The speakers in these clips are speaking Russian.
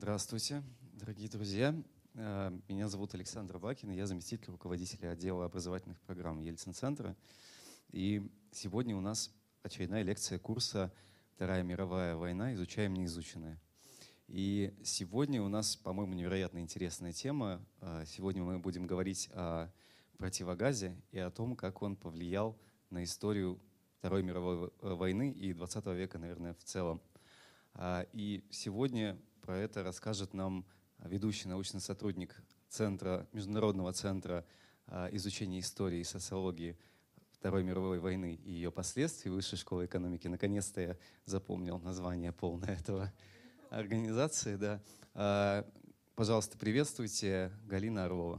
Здравствуйте, дорогие друзья. Меня зовут Александр Бакин, и я заместитель руководителя отдела образовательных программ Ельцин-центра. И сегодня у нас очередная лекция курса «Вторая мировая война. Изучаем неизученное». И сегодня у нас, по-моему, невероятно интересная тема. Сегодня мы будем говорить о противогазе и о том, как он повлиял на историю Второй мировой войны и 20 века, наверное, в целом. И сегодня про это расскажет нам ведущий научный сотрудник Международного центра изучения истории и социологии Второй мировой войны и ее последствий Высшей школы экономики. Наконец-то я запомнил название полное этого организации. Да. Пожалуйста, приветствуйте Галина Орлова.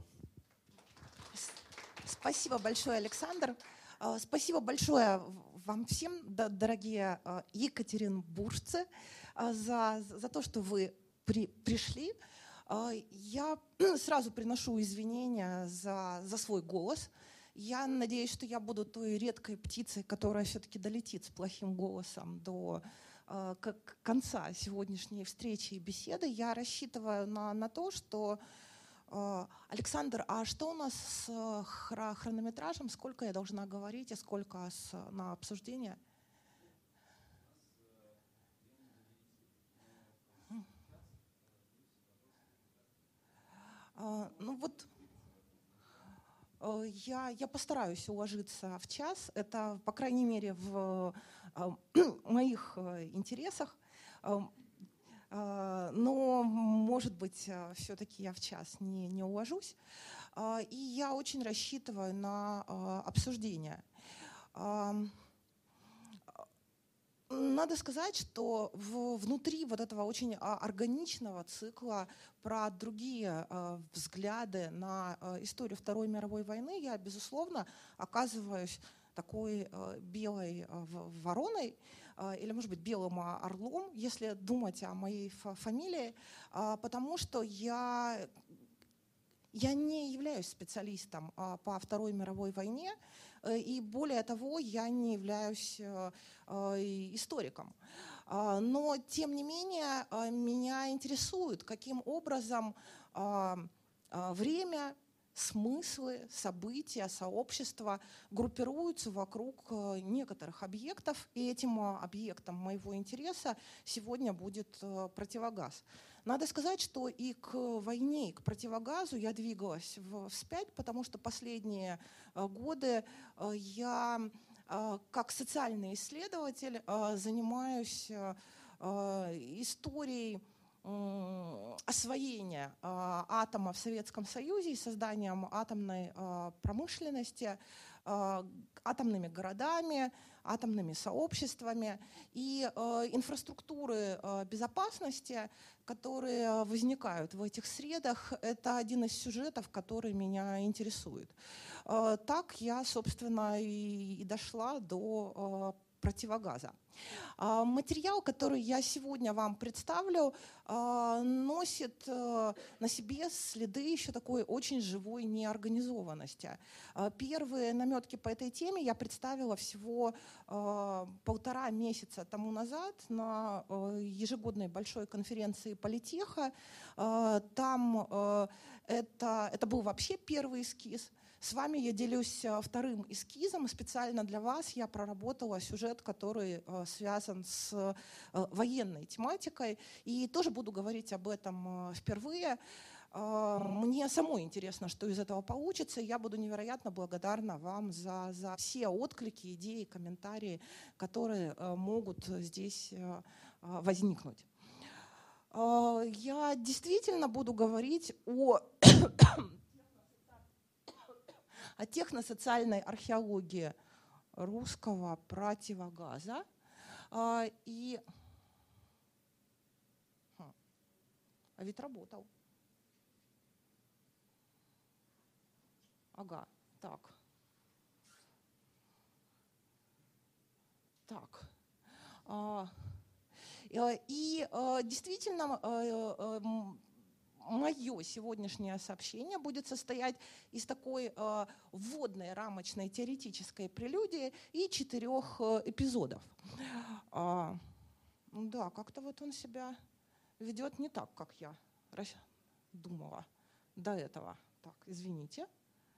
Спасибо большое, Александр. Спасибо большое вам всем, дорогие екатеринбуржцы, за то, что вы пришли. Я сразу приношу извинения за свой голос. Я надеюсь, что я буду той редкой птицей, которая все-таки долетит с плохим голосом до конца сегодняшней встречи и беседы. Я рассчитываю на то, что... Александр, а что у нас с хронометражем? Сколько я должна говорить и сколько на обсуждение? Ну вот, я постараюсь уложиться в час. Это, по крайней мере, в моих интересах. Но, может быть, все-таки я в час не уложусь. И я очень рассчитываю на обсуждение. Надо сказать, что внутри вот этого очень органичного цикла про другие взгляды на историю Второй мировой войны я, безусловно, оказываюсь такой белой вороной, или, может быть, белым орлом, если думать о моей фамилии, потому что я не являюсь специалистом по Второй мировой войне, и более того, я не являюсь историком. Но, тем не менее, меня интересует, каким образом время, смыслы, события, сообщества группируются вокруг некоторых объектов, и этим объектом моего интереса сегодня будет противогаз. Надо сказать, что и к войне, и к противогазу я двигалась вспять, потому что последние годы я, как социальный исследователь, занимаюсь историей освоения атома в Советском Союзе и созданием атомной промышленности, атомными городами, атомными сообществами и инфраструктуры безопасности, которые возникают в этих средах. Это один из сюжетов, который меня интересует. Так я, собственно, и дошла до противогаза. Материал, который я сегодня вам представлю, носит на себе следы еще такой очень живой неорганизованности. Первые наметки по этой теме я представила всего 1,5 месяца тому назад на ежегодной большой конференции Политеха. Там это был вообще первый эскиз. С вами я делюсь вторым эскизом. Специально для вас я проработала сюжет, который связан с военной тематикой. И тоже буду говорить об этом впервые. Мне самой интересно, что из этого получится. Я буду невероятно благодарна вам за все отклики, идеи, комментарии, которые могут здесь возникнуть. Я действительно буду говорить о техносоциальной археологии русского противогаза. А ведь работал. Ага, так. И действительно, мое сегодняшнее сообщение будет состоять из такой вводной, рамочной, теоретической прелюдии и 4 эпизодов. Да, как-то вот он себя ведет не так, как я думала до этого. Так, извините.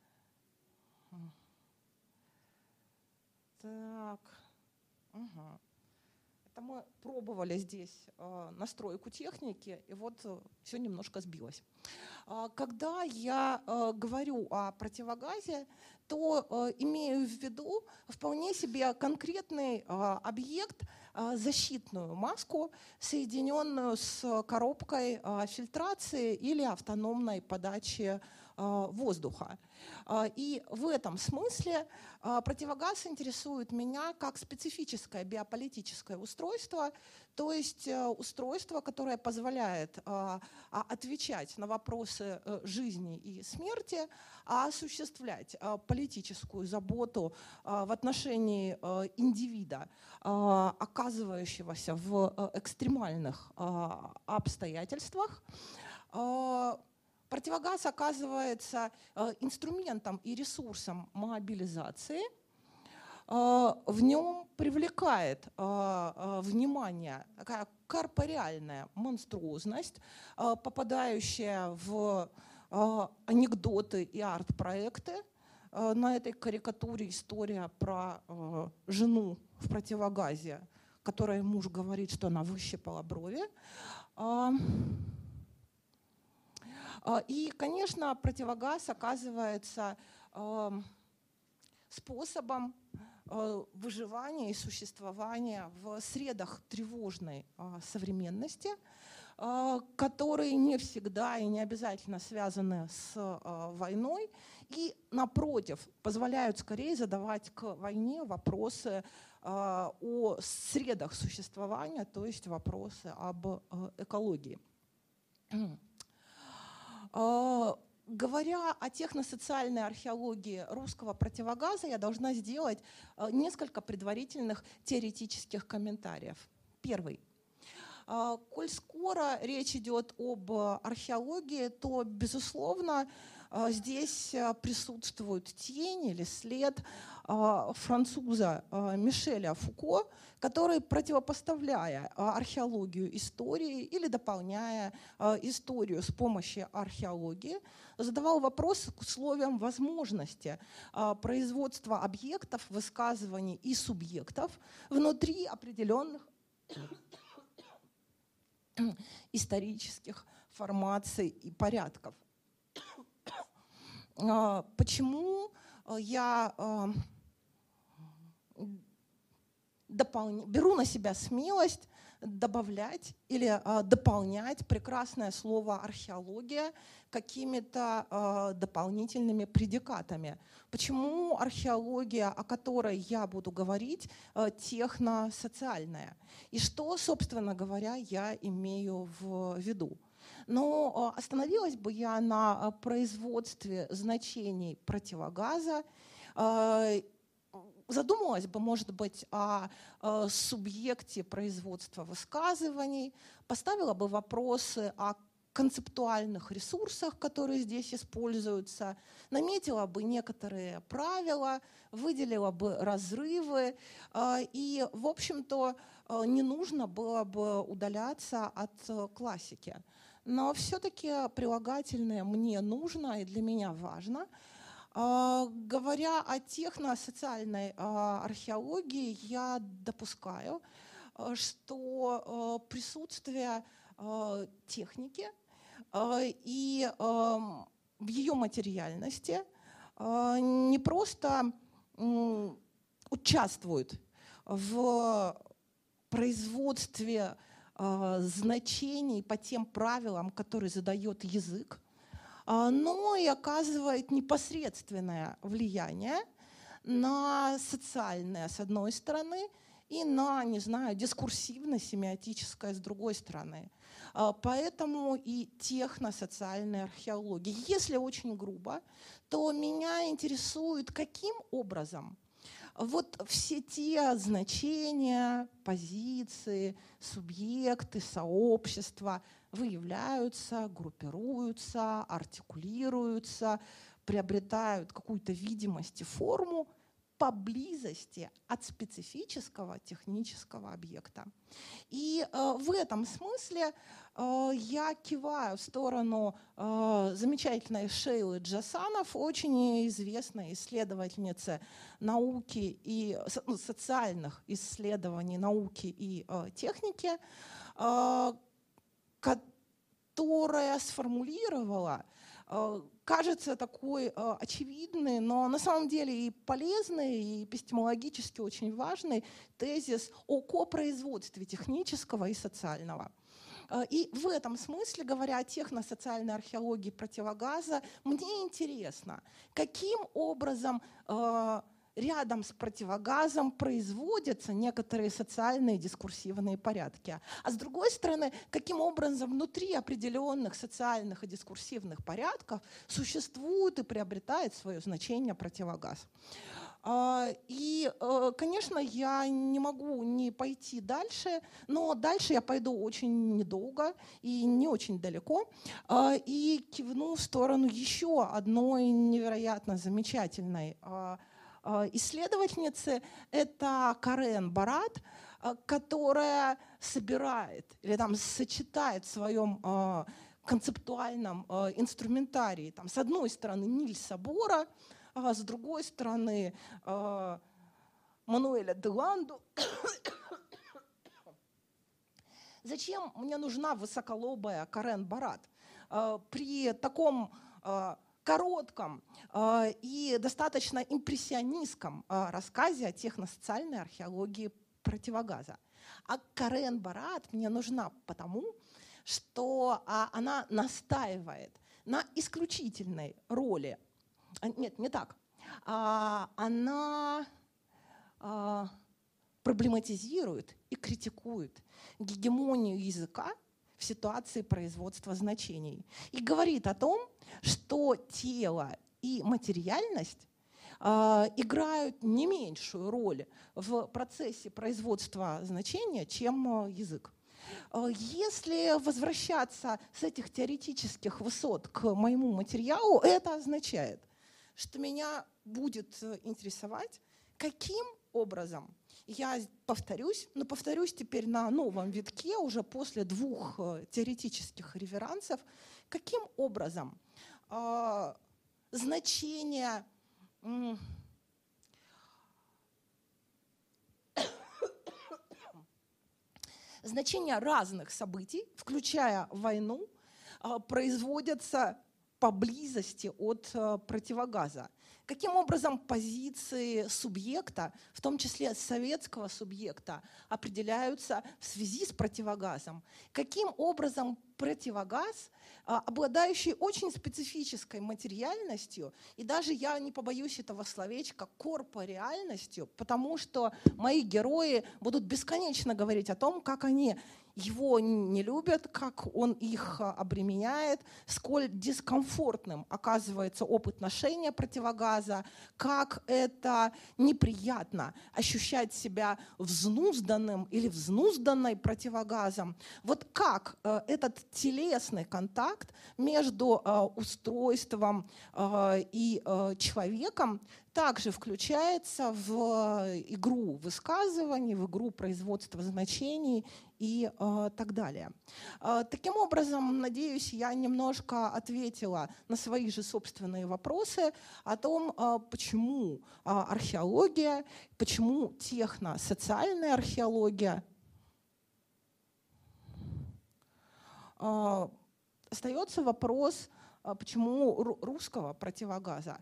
Так. Угу. Это мы пробовали здесь настройку техники, и вот все немножко сбилось. Когда я говорю о противогазе, то имею в виду вполне себе конкретный объект, защитную маску, соединенную с коробкой фильтрации или автономной подачи воздуха. И в этом смысле противогаз интересует меня как специфическое биополитическое устройство, то есть устройство, которое позволяет отвечать на вопросы жизни и смерти, а осуществлять политическую заботу в отношении индивида, оказывающегося в экстремальных обстоятельствах. Противогаз оказывается инструментом и ресурсом мобилизации. В нем привлекает внимание такая корпореальная монструозность, попадающая в анекдоты и арт-проекты. На этой карикатуре история про жену в противогазе, которой муж говорит, что она выщипала брови. И, конечно, противогаз оказывается способом выживания и существования в средах тревожной современности, которые не всегда и не обязательно связаны с войной и, напротив, позволяют скорее задавать к войне вопросы о средах существования, то есть вопросы об экологии. Говоря о техносоциальной археологии русского противогаза, я должна сделать несколько предварительных теоретических комментариев. Первый. Коль скоро речь идет об археологии, то, безусловно, здесь присутствует тень или след француза Мишеля Фуко, который, противопоставляя археологию истории или дополняя историю с помощью археологии, задавал вопрос к условиям возможности производства объектов, высказываний и субъектов внутри определенных исторических формаций и порядков. Почему я беру на себя смелость добавлять или дополнять прекрасное слово «археология» какими-то дополнительными предикатами? Почему археология, о которой я буду говорить, техносоциальная? И что, собственно говоря, я имею в виду? Но остановилась бы я на производстве значений противогаза, задумалась бы, может быть, о субъекте производства высказываний, поставила бы вопросы о концептуальных ресурсах, которые здесь используются, наметила бы некоторые правила, выделила бы разрывы, и, в общем-то, не нужно было бы удаляться от классики. Но все-таки прилагательное мне нужно и для меня важно. Говоря о техносоциальной археологии, я допускаю, что присутствие техники и в ее материальности не просто участвует в производстве значений по тем правилам, которые задает язык, но и оказывает непосредственное влияние на социальное, с одной стороны, и на, не знаю, дискурсивно-семиотическое, с другой стороны. Поэтому и техносоциальная археология. Если очень грубо, то меня интересует, каким образом вот все те значения, позиции, субъекты, сообщества выявляются, группируются, артикулируются, приобретают какую-то видимость и форму поблизости от специфического технического объекта. И в этом смысле я киваю в сторону замечательной Шейлы Джасанов, очень известной исследовательницы науки и социальных исследований науки и техники, которая сформулировала, кажется, такой очевидный, но на самом деле и полезный, и эпистемологически очень важный тезис о копроизводстве технического и социального. И в этом смысле, говоря о техносоциальной археологии противогаза, мне интересно, каким образом рядом с противогазом производятся некоторые социальные дискурсивные порядки. А с другой стороны, каким образом внутри определенных социальных и дискурсивных порядков существует и приобретает свое значение противогаз. И, конечно, я не могу не пойти дальше, но дальше я пойду очень недолго и не очень далеко, и кивну в сторону еще одной невероятно замечательной исследовательницы. Это Карен Барат, которая собирает или там сочетает в своем концептуальном инструментарии с одной стороны Нильса Бора, а с другой стороны Мануэля Деланду. Зачем мне нужна высоколобая Карен Барат? При таком коротком и достаточно импрессионистском рассказе о техносоциальной археологии противогаза. А Карен Барат мне нужна потому, что она настаивает на исключительной роли. Нет, не так. Она проблематизирует и критикует гегемонию языка в ситуации производства значений и говорит о том, что тело и материальность играют не меньшую роль в процессе производства значения, чем язык. Если возвращаться с этих теоретических высот к моему материалу, это означает, что меня будет интересовать, каким образом, я повторюсь, но повторюсь теперь на новом витке, уже после 2 теоретических реверансов, каким образом значение разных событий, включая войну, производятся поблизости от противогаза. Каким образом позиции субъекта, в том числе советского субъекта, определяются в связи с противогазом? Каким образом противогаз, обладающий очень специфической материальностью, и даже я не побоюсь этого словечка, корпореальностью, потому что мои герои будут бесконечно говорить о том, как они его не любят, как он их обременяет, сколь дискомфортным оказывается опыт ношения противогаза, как это неприятно ощущать себя взнузданным или взнузданной противогазом. Вот как этот телесный контакт между устройством и человеком также включается в игру высказываний, в игру производства значений и так далее. Таким образом, надеюсь, я немножко ответила на свои же собственные вопросы о том, почему археология, почему техносоциальная археология. Остается вопрос, почему русского противогаза.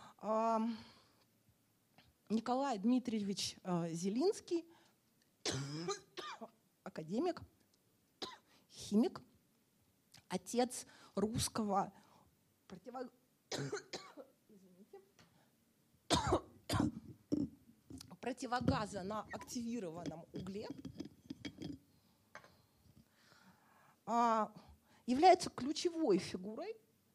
Николай Дмитриевич Зелинский, академик, химик, отец русского противогаза на активированном угле, является ключевой фигурой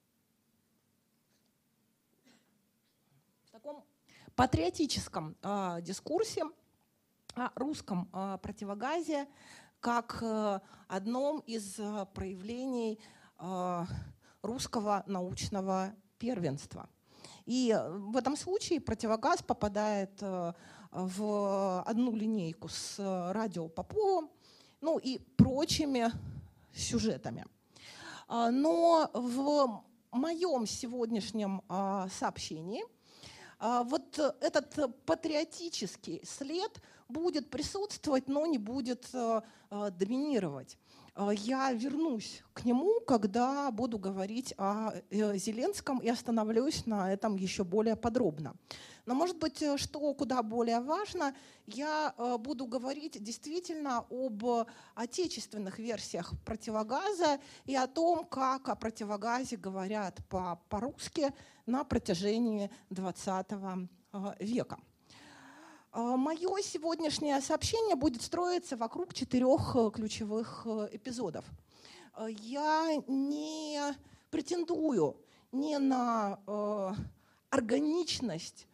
в таком патриотическом дискурсе о русском противогазе как одном из проявлений русского научного первенства. И в этом случае противогаз попадает в одну линейку с радио Поповым, ну и прочими сюжетами. Но в моем сегодняшнем сообщении вот этот патриотический след будет присутствовать, но не будет доминировать. Я вернусь к нему, когда буду говорить о Зеленском, и остановлюсь на этом еще более подробно. Но, может быть, что куда более важно, я буду говорить действительно об отечественных версиях противогаза и о том, как о противогазе говорят по-русски на протяжении XX века. Мое сегодняшнее сообщение будет строиться вокруг 4 ключевых эпизодов. Я не претендую ни на органичность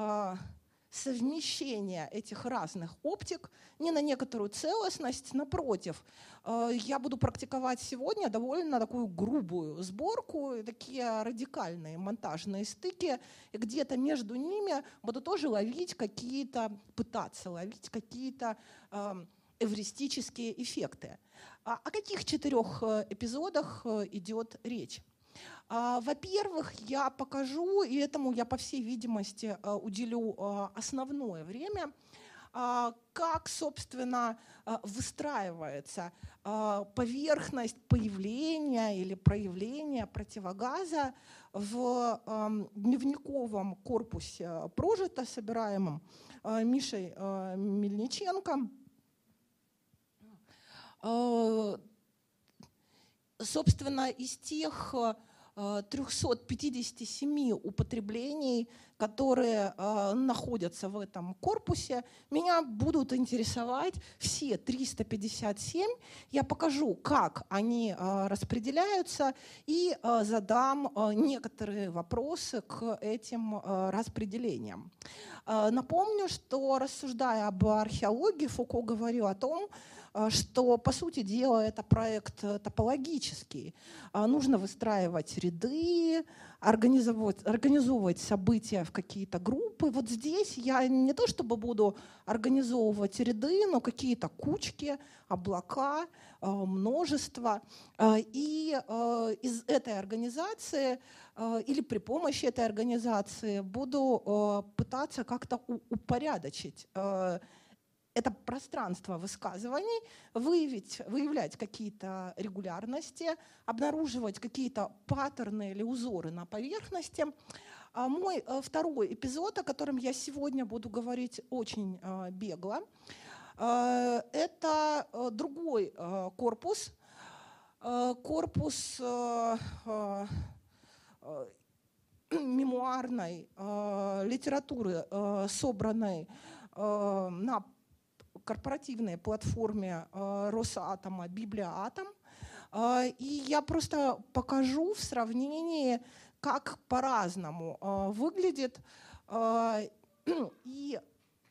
совмещения этих разных оптик, ни на некоторую целостность. Напротив, я буду практиковать сегодня довольно такую грубую сборку, такие радикальные монтажные стыки, и где-то между ними буду тоже пытаться ловить какие-то эвристические эффекты. О каких 4 эпизодах идет речь? Во-первых, я покажу, и этому я, по всей видимости, уделю основное время, как, собственно, выстраивается поверхность появления или проявления противогаза в дневниковом корпусе «Прожито», собираемом Мишей Мельниченко. Собственно, из тех 357 употреблений, которые находятся в этом корпусе, меня будут интересовать все 357. Я покажу, как они распределяются, и задам некоторые вопросы к этим распределениям. Напомню, что, рассуждая об археологии, Фуко говорил о том, что, по сути дела, это проект топологический. Нужно выстраивать ряды, организовывать события в какие-то группы. Вот здесь я не то чтобы буду организовывать ряды, но какие-то кучки, облака, множество. И из этой организации или при помощи этой организации буду пытаться как-то упорядочить это пространство высказываний, выявлять какие-то регулярности, обнаруживать какие-то паттерны или узоры на поверхности. Мой второй эпизод, о котором я сегодня буду говорить очень бегло, это другой корпус, корпус мемуарной литературы, собранной на корпоративной платформе Росатома «Библиатом». И я просто покажу в сравнении, как по-разному выглядит и,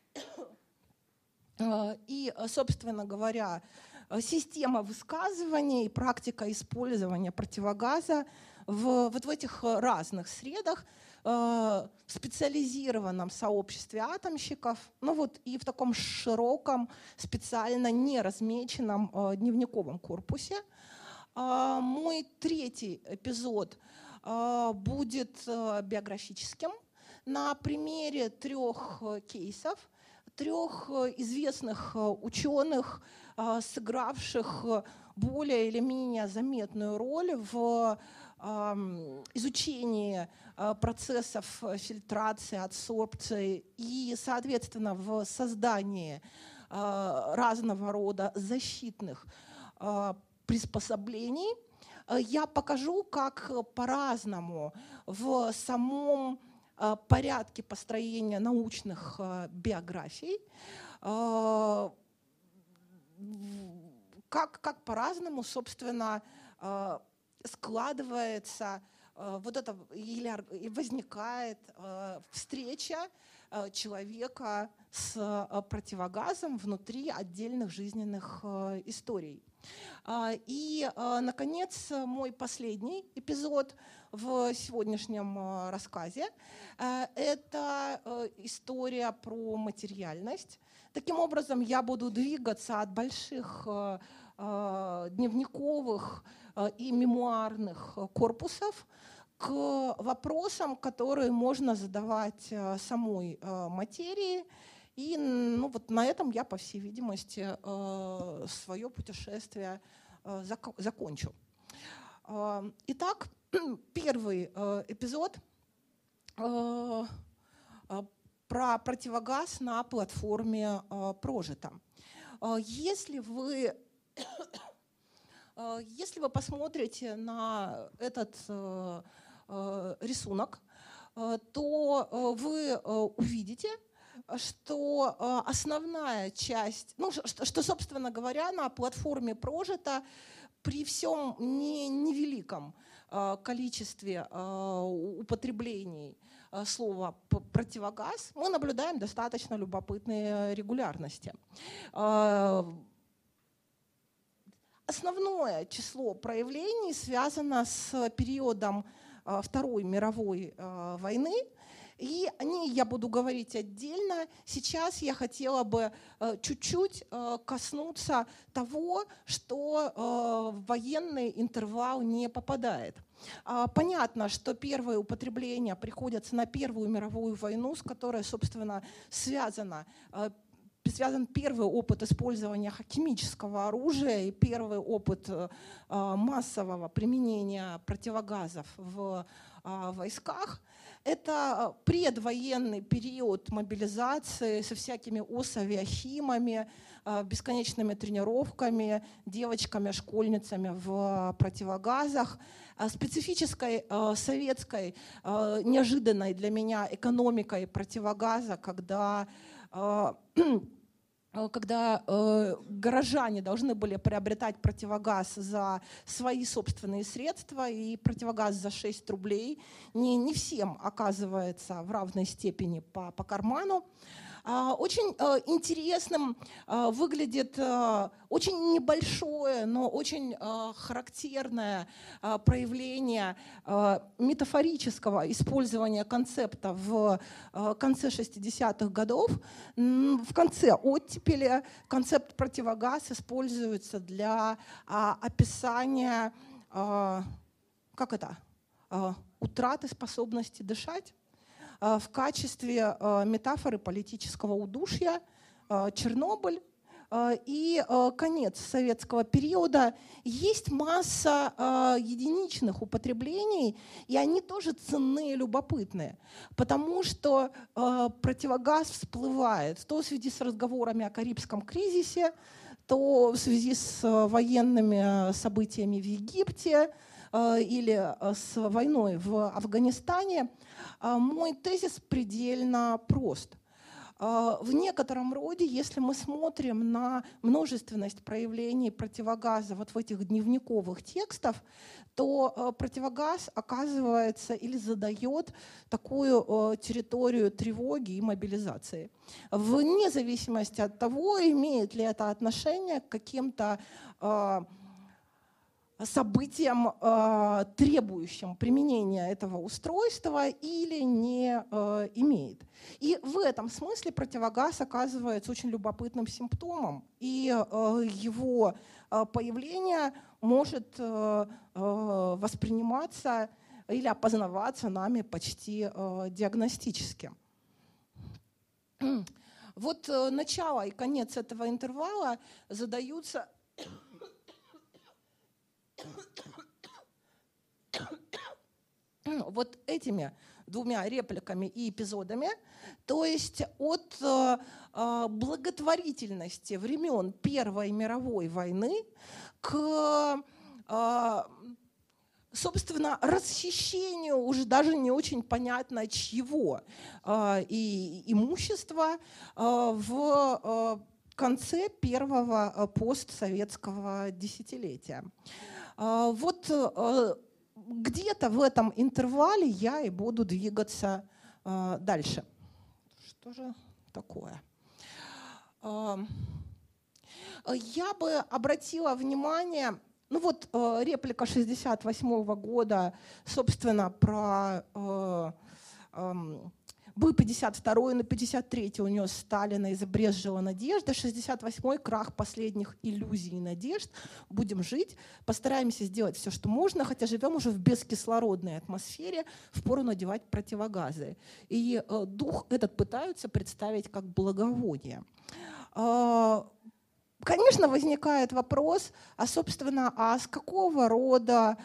собственно говоря, система высказываний и практика использования противогаза вот в этих разных средах, в специализированном сообществе атомщиков, ну вот и в таком широком, специально не размеченном дневниковом корпусе. Мой третий эпизод будет биографическим на примере 3 кейсов, 3 известных ученых, сыгравших более или менее заметную роль в изучении процессов фильтрации, адсорбции и, соответственно, в создании разного рода защитных приспособлений. Я покажу, как по-разному в самом порядке построения научных биографий, как по-разному, собственно, складывается вот это или возникает встреча человека с противогазом внутри отдельных жизненных историй. И, наконец, мой последний эпизод в сегодняшнем рассказе – это история про материальность. Таким образом, я буду двигаться от больших дневниковых и мемуарных корпусов к вопросам, которые можно задавать самой материи. И вот на этом я, по всей видимости, свое путешествие закончу. Итак, первый эпизод про противогаз на платформе Прожито. Если вы посмотрите на этот рисунок, то вы увидите, что основная часть, что, собственно говоря, на платформе Прожито при всем невеликом количестве употреблений слова «противогаз» мы наблюдаем достаточно любопытные регулярности. Основное число проявлений связано с периодом Второй мировой войны, и о ней я буду говорить отдельно. Сейчас я хотела бы чуть-чуть коснуться того, что в военный интервал не попадает. Понятно, что первые употребления приходятся на Первую мировую войну, с которой, собственно, связан первый опыт использования химического оружия и первый опыт массового применения противогазов в войсках. Это предвоенный период мобилизации со всякими ОС-авиахимами, бесконечными тренировками, девочками, школьницами в противогазах, специфической советской, неожиданной для меня экономикой противогаза, когда горожане должны были приобретать противогаз за свои собственные средства, и противогаз за 6 рублей не всем оказывается в равной степени по карману. Очень интересным выглядит очень небольшое, но очень характерное проявление метафорического использования концепта в конце 60-х годов. В конце оттепели концепт противогаз используется для описания утраты способности дышать. В качестве метафоры политического удушья Чернобыль и конец советского периода. Есть масса единичных употреблений, и они тоже ценные и любопытные, потому что противогаз всплывает то в связи с разговорами о Карибском кризисе, то в связи с военными событиями в Египте или с войной в Афганистане. Мой тезис предельно прост. В некотором роде, если мы смотрим на множественность проявлений противогаза вот в этих дневниковых текстах, то противогаз оказывается или задает такую территорию тревоги и мобилизации. Вне зависимости от того, имеет ли это отношение к каким-то событиям, требующим применения этого устройства, или не имеет. И в этом смысле противогаз оказывается очень любопытным симптомом, и его появление может восприниматься или опознаваться нами почти диагностически. Вот начало и конец этого интервала задаются вот этими двумя репликами и эпизодами, то есть от благотворительности времен Первой мировой войны к, собственно, расхищению уже даже не очень понятно чьего имущества в конце первого постсоветского десятилетия. Вот где-то в этом интервале я и буду двигаться дальше. Что же такое? Я бы обратила внимание, ну вот реплика 1968 года, собственно, про был 52-й, на 53-й унес Сталина, изобрежжила надежда, 68-й крах последних иллюзий и надежд. Будем жить, постараемся сделать все, что можно, хотя живем уже в бескислородной атмосфере, впору надевать противогазы. И дух этот пытаются представить как благовоние. Конечно, возникает вопрос, а, собственно, а с какого рода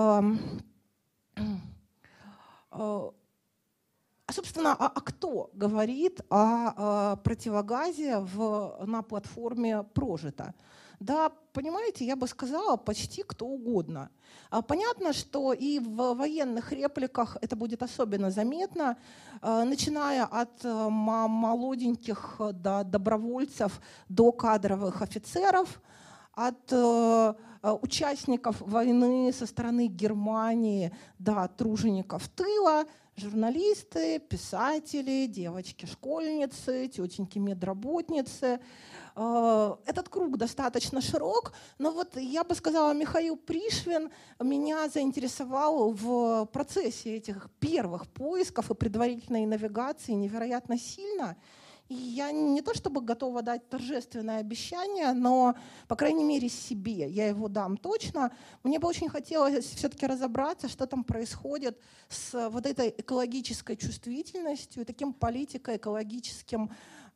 кто говорит о противогазе на платформе «Прожито»? Да, понимаете, я бы сказала, почти кто угодно. Понятно, что и в военных репликах это будет особенно заметно, начиная от молоденьких добровольцев до кадровых офицеров, от участников войны со стороны Германии до тружеников тыла, журналисты, писатели, девочки-школьницы, тетеньки-медработницы. Этот круг достаточно широк, но вот я бы сказала, Михаил Пришвин меня заинтересовал в процессе этих первых поисков и предварительной навигации невероятно сильно. И я не то чтобы готова дать торжественное обещание, но, по крайней мере, себе я его дам точно. Мне бы очень хотелось все-таки разобраться, что там происходит с вот этой экологической чувствительностью, таким политико-экологическим,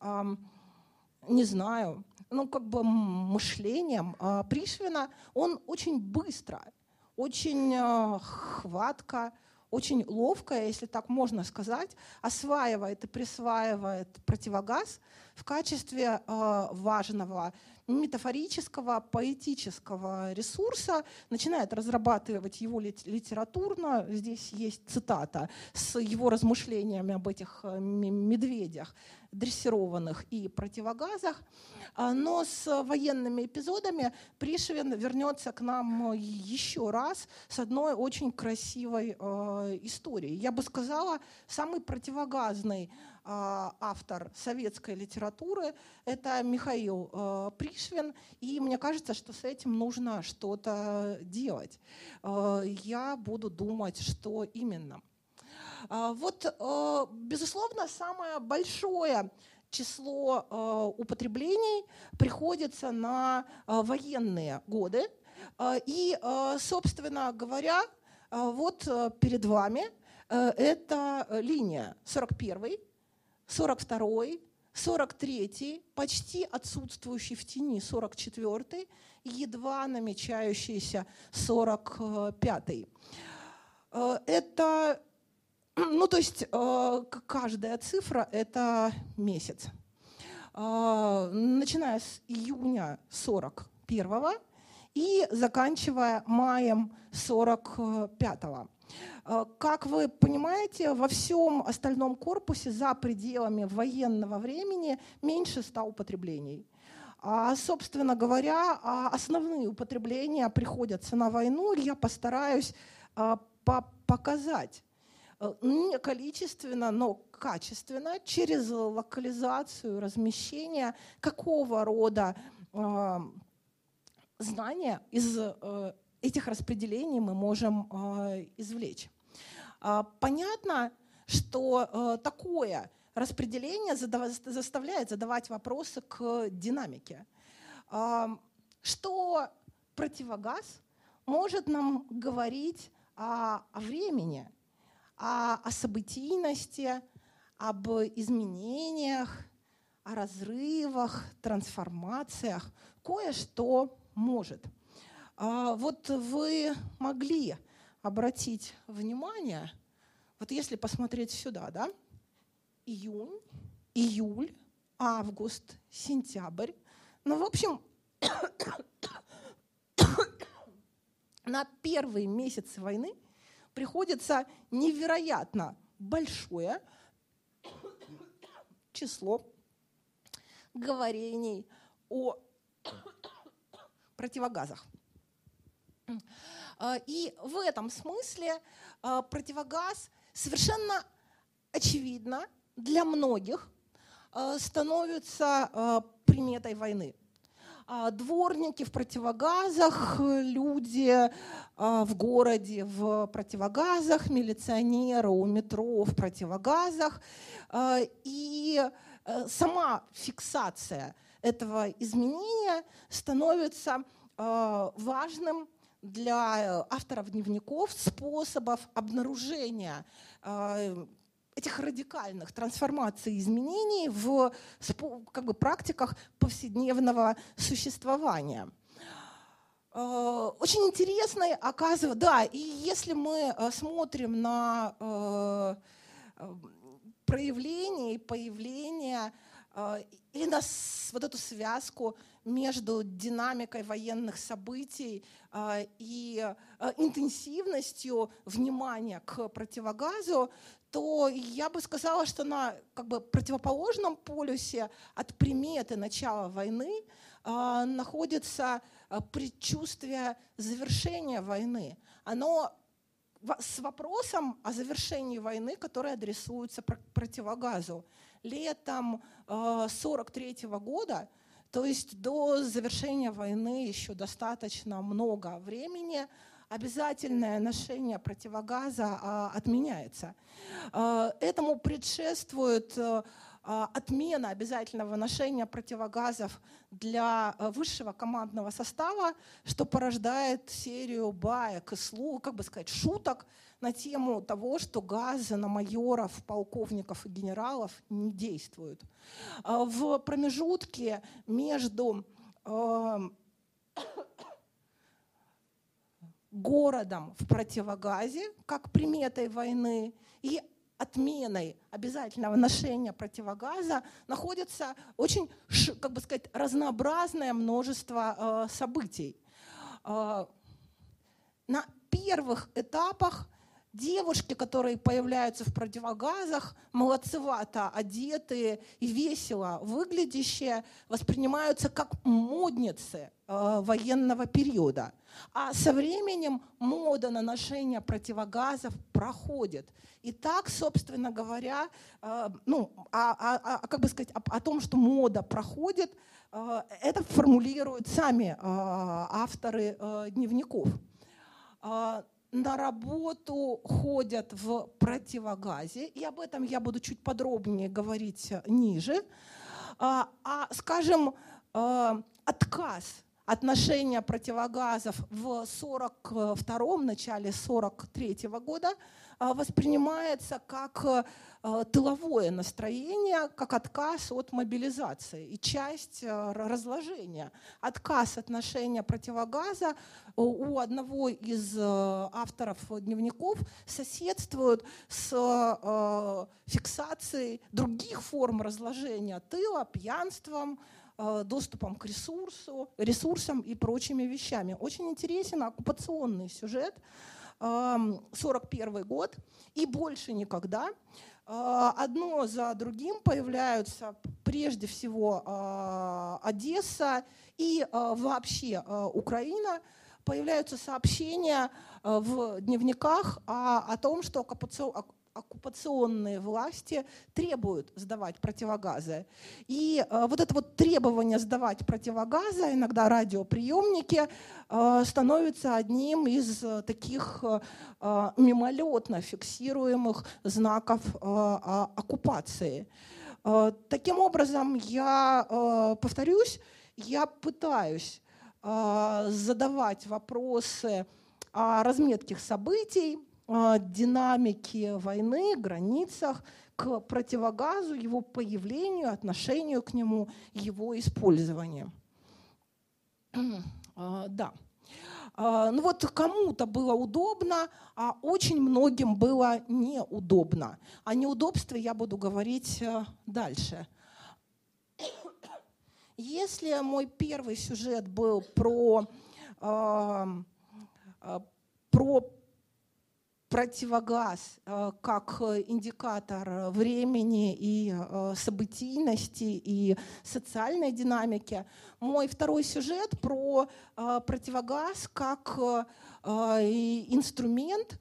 не знаю, мышлением Пришвина. Он очень быстро, очень хватко, очень ловко, если так можно сказать, осваивает и присваивает противогаз в качестве важного метафорического, поэтического ресурса, начинает разрабатывать его литературно. Здесь есть цитата с его размышлениями об этих медведях, дрессированных и противогазах. Но с военными эпизодами Пришвин вернется к нам еще раз с одной очень красивой историей. Я бы сказала, самый противогазный автор советской литературы – это Михаил Пришвин, и мне кажется, что с этим нужно что-то делать. Я буду думать, что именно. Вот, безусловно, самое большое число употреблений приходится на военные годы. И, собственно говоря, вот перед вами эта линия 41-й, 42-й, 43-й, почти отсутствующий в тени 44-й, едва намечающийся 45-й. Это, ну, то есть каждая цифра – это месяц. Начиная с июня 41-го и заканчивая маем 45-го. Как вы понимаете, во всем остальном корпусе за пределами военного времени меньше 100 употреблений. Собственно говоря, основные употребления приходятся на войну, и я постараюсь показать не количественно, но качественно, через локализацию, размещение, какого рода знания из этих распределений мы можем извлечь. Понятно, что такое распределение заставляет задавать вопросы к динамике. Что противогаз может нам говорить о времени, о событийности, об изменениях, о разрывах, трансформациях? Кое-что может. Вот вы могли обратить внимание, вот если посмотреть сюда, да, июнь, июль, август, сентябрь. Ну, в общем, на первые месяцы войны приходится невероятно большое число говорений о противогазах. И в этом смысле противогаз совершенно очевидно для многих становится приметой войны. Дворники в противогазах, люди в городе в противогазах, милиционеры у метро в противогазах. И сама фиксация этого изменения становится важным для авторов дневников способов обнаружения этих радикальных трансформаций и изменений в практиках повседневного существования. Очень интересно оказывается, да, и если мы смотрим на проявление и появление или на вот эту связку между динамикой военных событий и интенсивностью внимания к противогазу, то я бы сказала, что на противоположном полюсе от приметы начала войны находится предчувствие завершения войны. Оно с вопросом о завершении войны, который адресуется противогазу. Летом 1943 года, то есть до завершения войны еще достаточно много времени, обязательное ношение противогаза отменяется. Этому предшествует отмена обязательного ношения противогазов для высшего командного состава, что порождает серию баек и шуток на тему того, что газы на майоров, полковников и генералов не действуют. В промежутке между городом в противогазе, как приметой войны, и отменой обязательного ношения противогаза находится очень, разнообразное множество событий. На первых этапах девушки, которые появляются в противогазах, молодцевато одетые и весело выглядящие, воспринимаются как модницы военного периода. А со временем мода на ношение противогазов проходит. И так, собственно говоря, о том, что мода проходит, это формулируют сами авторы дневников. На работу ходят в противогазе, и об этом я буду чуть подробнее говорить ниже. Отказ от ношения противогазов в 1942-м, начале 1943 года воспринимается как тыловое настроение, как отказ от мобилизации и часть разложения. Отказ от ношения противогаза у одного из авторов дневников соседствует с фиксацией других форм разложения тыла, пьянством, доступом к ресурсам и прочими вещами. Очень интересен оккупационный сюжет. 1941 год, и больше никогда. Одно за другим появляются прежде всего Одесса и вообще Украина. Появляются сообщения в дневниках о том, что оккупационные власти требуют сдавать противогазы. И вот это вот требование сдавать противогазы, иногда радиоприемники, становится одним из таких мимолетно фиксируемых знаков оккупации. Таким образом, я повторюсь, я пытаюсь задавать вопросы о разметке событий, динамике войны, границах, к противогазу, его появлению, отношению к нему, его использованию. Да. Ну вот кому-то было удобно, а очень многим было неудобно. О неудобстве я буду говорить дальше. Если мой первый сюжет был про противогаз как индикатор времени и событийности и социальной динамики. Мой второй сюжет про противогаз как инструмент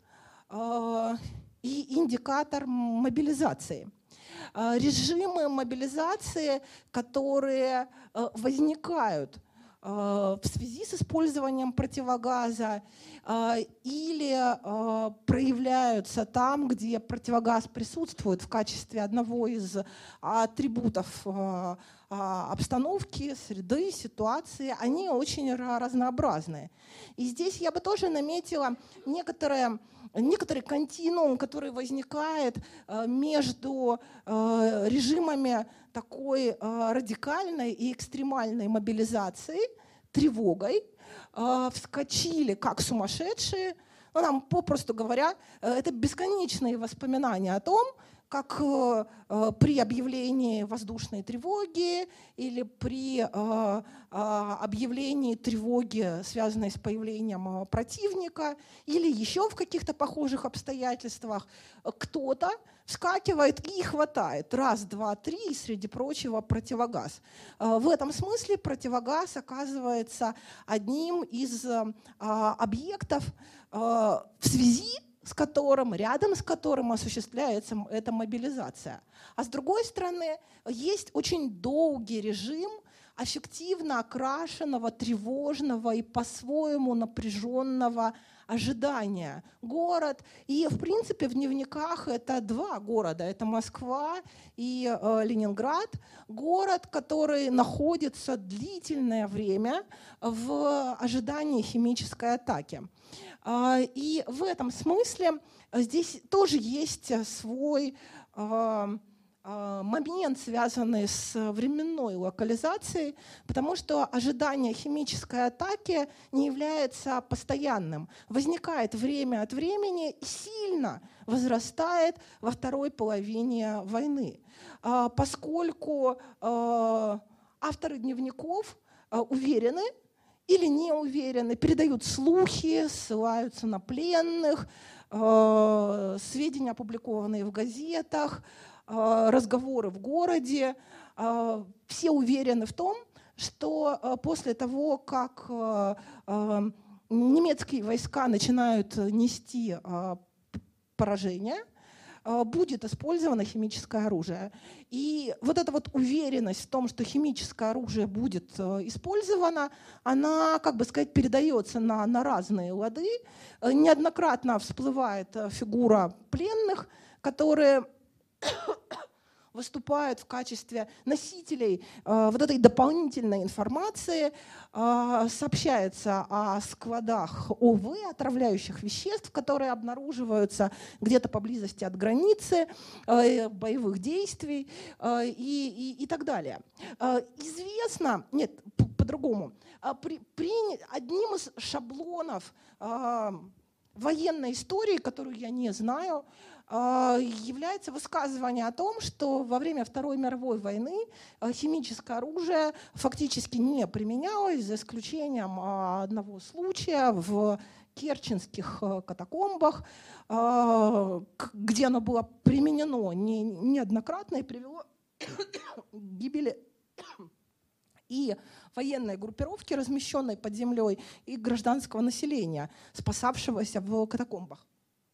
и индикатор мобилизации. Режимы мобилизации, которые возникают в связи с использованием противогаза или проявляются там, где противогаз присутствует в качестве одного из атрибутов обстановки, среды, ситуации, они очень разнообразны. И здесь я бы тоже наметила некоторый континуум, который возникает между режимами такой радикальной и экстремальной мобилизации, тревогой, вскочили как сумасшедшие. Ну, нам, попросту говоря, это бесконечные воспоминания о том, как при объявлении воздушной тревоги или при объявлении тревоги, связанной с появлением противника, или еще в каких-то похожих обстоятельствах, кто-то вскакивает и хватает раз, два, три, и, среди прочего, противогаз. В этом смысле противогаз оказывается одним из объектов, в связи с которым, рядом с которым осуществляется эта мобилизация. А с другой стороны, есть очень долгий режим аффективно окрашенного, тревожного и по-своему напряженного ожидания. Город, и в принципе в дневниках это два города, это Москва и Ленинград. Город, который находится длительное время в ожидании химической атаки. И в этом смысле здесь тоже есть свой момент, связанный с временной локализацией, потому что ожидание химической атаки не является постоянным. Возникает время от времени и сильно возрастает во второй половине войны. Поскольку авторы дневников уверены, или не уверены, передают слухи, ссылаются на пленных, сведения, опубликованные в газетах, разговоры в городе. Все уверены в том, что после того, как немецкие войска начинают нести поражение, будет использовано химическое оружие. И вот эта вот уверенность в том, что химическое оружие будет использовано, она, как бы сказать, передается на разные лады. Неоднократно всплывает фигура пленных, которые выступают в качестве носителей вот этой дополнительной информации, сообщается о складах ОВ, отравляющих веществ, которые обнаруживаются где-то поблизости от границы, боевых действий и так далее. Известно, нет, по-другому, одним из шаблонов военной истории, которую я не знаю, является высказывание о том, что во время Второй мировой войны химическое оружие фактически не применялось, за исключением одного случая в керченских катакомбах, где оно было применено неоднократно и привело к гибели и военной группировки, размещенной под землей, и гражданского населения, спасавшегося в катакомбах.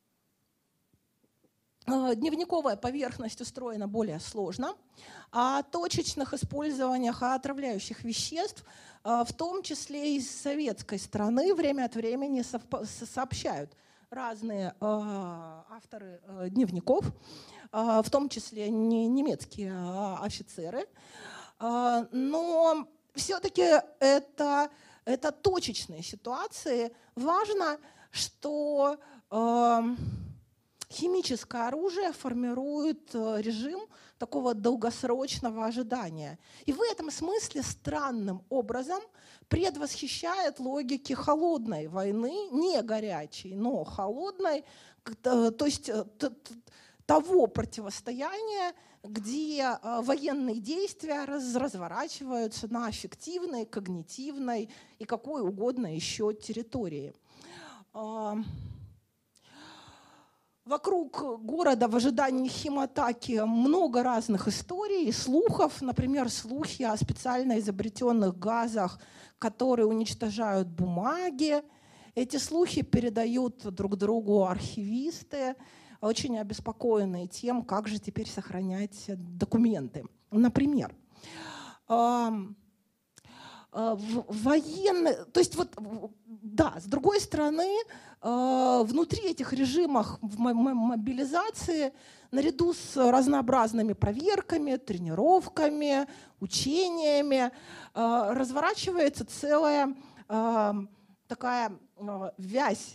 Дневниковая поверхность устроена более сложно. О точечных использованиях отравляющих веществ, в том числе из советской стороны, время от времени сообщают разные авторы дневников, в том числе немецкие офицеры. Но все-таки это точечные ситуации. Важно, что химическое оружие формирует режим такого долгосрочного ожидания. И в этом смысле странным образом предвосхищает логики холодной войны, не горячей, но холодной, то есть того противостояния, где военные действия разворачиваются на аффективной, когнитивной и какой угодно еще территории. Вокруг города в ожидании химатаки много разных историй и слухов. Например, слухи о специально изобретенных газах, которые уничтожают бумаги. Эти слухи передают друг другу архивисты, очень обеспокоенные тем, как же теперь сохранять документы. Например, военные, то есть вот, да, с другой стороны, внутри этих режимов мобилизации, наряду с разнообразными проверками, тренировками, учениями, разворачивается целая такая вязь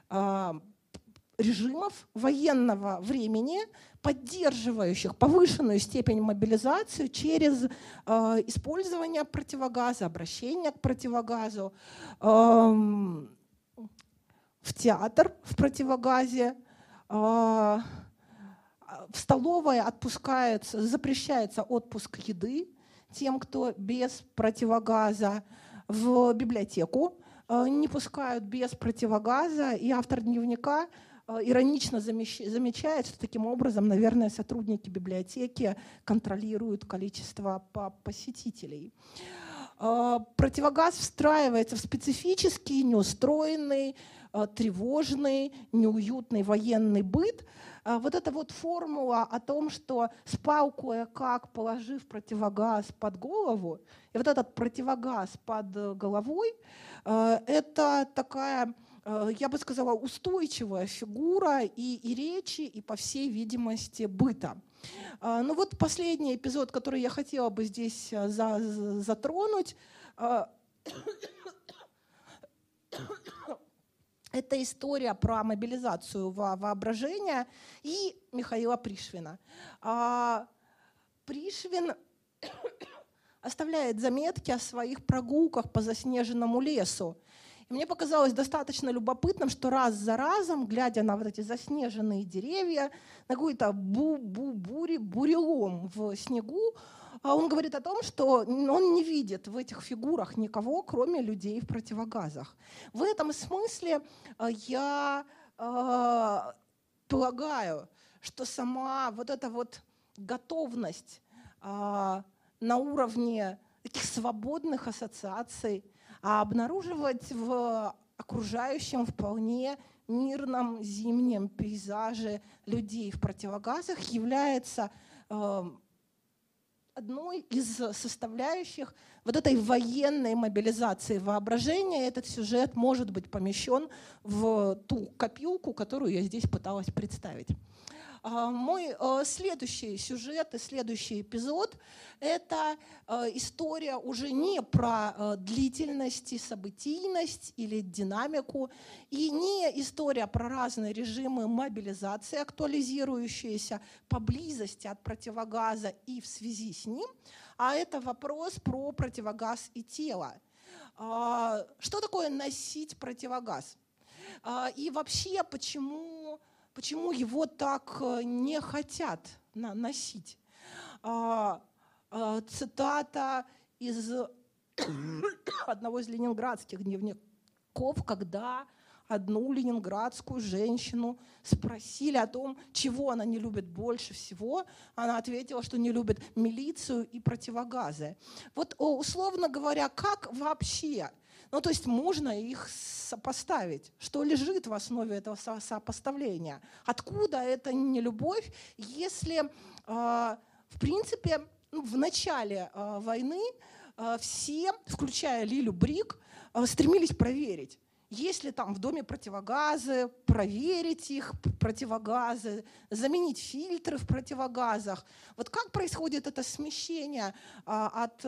режимов военного времени, поддерживающих повышенную степень мобилизации через использование противогаза, обращение к противогазу, в театр в противогазе, в столовой запрещается отпуск еды тем, кто без противогаза, в библиотеку не пускают без противогаза, и автор дневника иронично замечает, что таким образом, наверное, сотрудники библиотеки контролируют количество посетителей. Противогаз встраивается в специфический, неустроенный, тревожный, неуютный военный быт. Вот эта вот формула о том, что спал кое-как, положив противогаз под голову, и вот этот противогаз под головой, это такая, я бы сказала, устойчивая фигура и речи, и, по всей видимости, быта. Ну вот последний эпизод, который я хотела бы здесь затронуть, это история про мобилизацию воображения и Михаила Пришвина. Пришвин оставляет заметки о своих прогулках по заснеженному лесу. И мне показалось достаточно любопытным, что раз за разом, глядя на вот эти заснеженные деревья, на какой-то бурелом в снегу, он говорит о том, что он не видит в этих фигурах никого, кроме людей в противогазах. В этом смысле я полагаю, что сама вот эта вот готовность на уровне таких свободных ассоциаций обнаруживать в окружающем вполне мирном зимнем пейзаже людей в противогазах является одной из составляющих вот этой военной мобилизации воображения. Этот сюжет может быть помещен в ту копилку, которую я здесь пыталась представить. Мой следующий сюжет и следующий эпизод – это история уже не про длительность и событийность или динамику, и не история про разные режимы мобилизации, актуализирующиеся поблизости от противогаза и в связи с ним, а это вопрос про противогаз и тело. Что такое носить противогаз? И вообще, почему его так не хотят носить? Цитата из одного из ленинградских дневников, когда одну ленинградскую женщину спросили о том, чего она не любит больше всего. Она ответила, что не любит милицию и противогазы. Вот, условно говоря, как вообще? Ну, то есть можно их сопоставить. Что лежит в основе этого сопоставления? Откуда эта нелюбовь, если, в принципе, в начале войны все, включая Лилю Брик, стремились проверить, есть ли там в доме противогазы, проверить их противогазы, заменить фильтры в противогазах. Вот как происходит это смещение от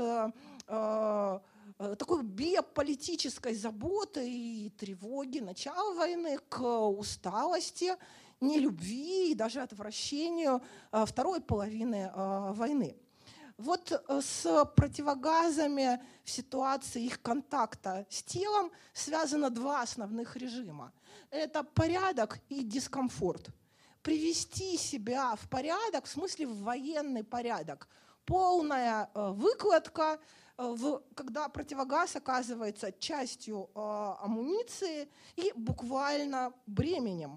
такой биополитической заботы и тревоги начала войны к усталости, нелюбви и даже отвращению второй половины войны. Вот с противогазами в ситуации их контакта с телом связано два основных режима. Это порядок и дискомфорт. Привести себя в порядок, в смысле в военный порядок. Полная выкладка, когда противогаз оказывается частью амуниции и буквально бременем,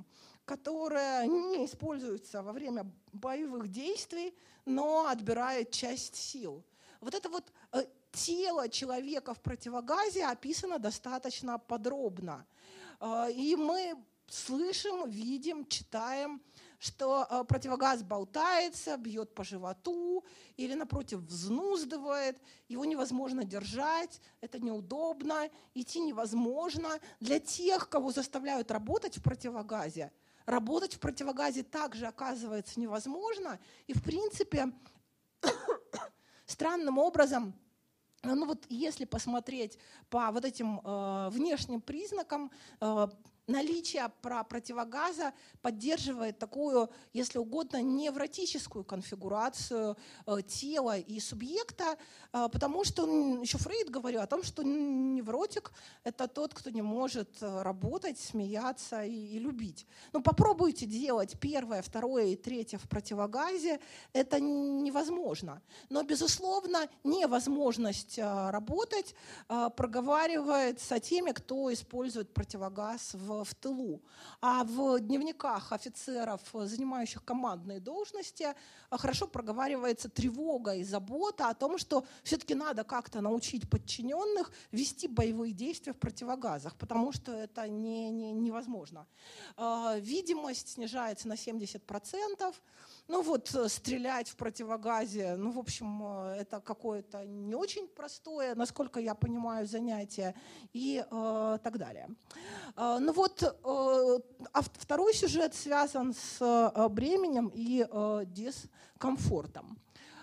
которая не используется во время боевых действий, но отбирает часть сил. Вот это вот тело человека в противогазе описано достаточно подробно. И мы слышим, видим, читаем, что противогаз болтается, бьет по животу или, напротив, взнуздывает, его невозможно держать, это неудобно, идти невозможно. Для тех, кого заставляют работать в противогазе также оказывается невозможно. И, в принципе, странным образом, ну вот если посмотреть по вот этим внешним признакам, наличие противогаза поддерживает такую, если угодно, невротическую конфигурацию тела и субъекта, потому что еще Фрейд говорил о том, что невротик – это тот, кто не может работать, смеяться и любить. Ну, попробуйте делать первое, второе и третье в противогазе, это невозможно. Но, безусловно, невозможность работать проговаривается теми, кто использует противогаз в тылу. А в дневниках офицеров, занимающих командные должности, хорошо проговаривается тревога и забота о том, что все-таки надо как-то научить подчиненных вести боевые действия в противогазах, потому что это невозможно. Видимость снижается на 70%. Ну вот стрелять в противогазе, ну в общем, это какое-то не очень простое, насколько я понимаю, занятие и так далее. Ну вот, а второй сюжет связан с бременем и дискомфортом.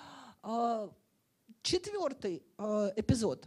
Четвертый эпизод.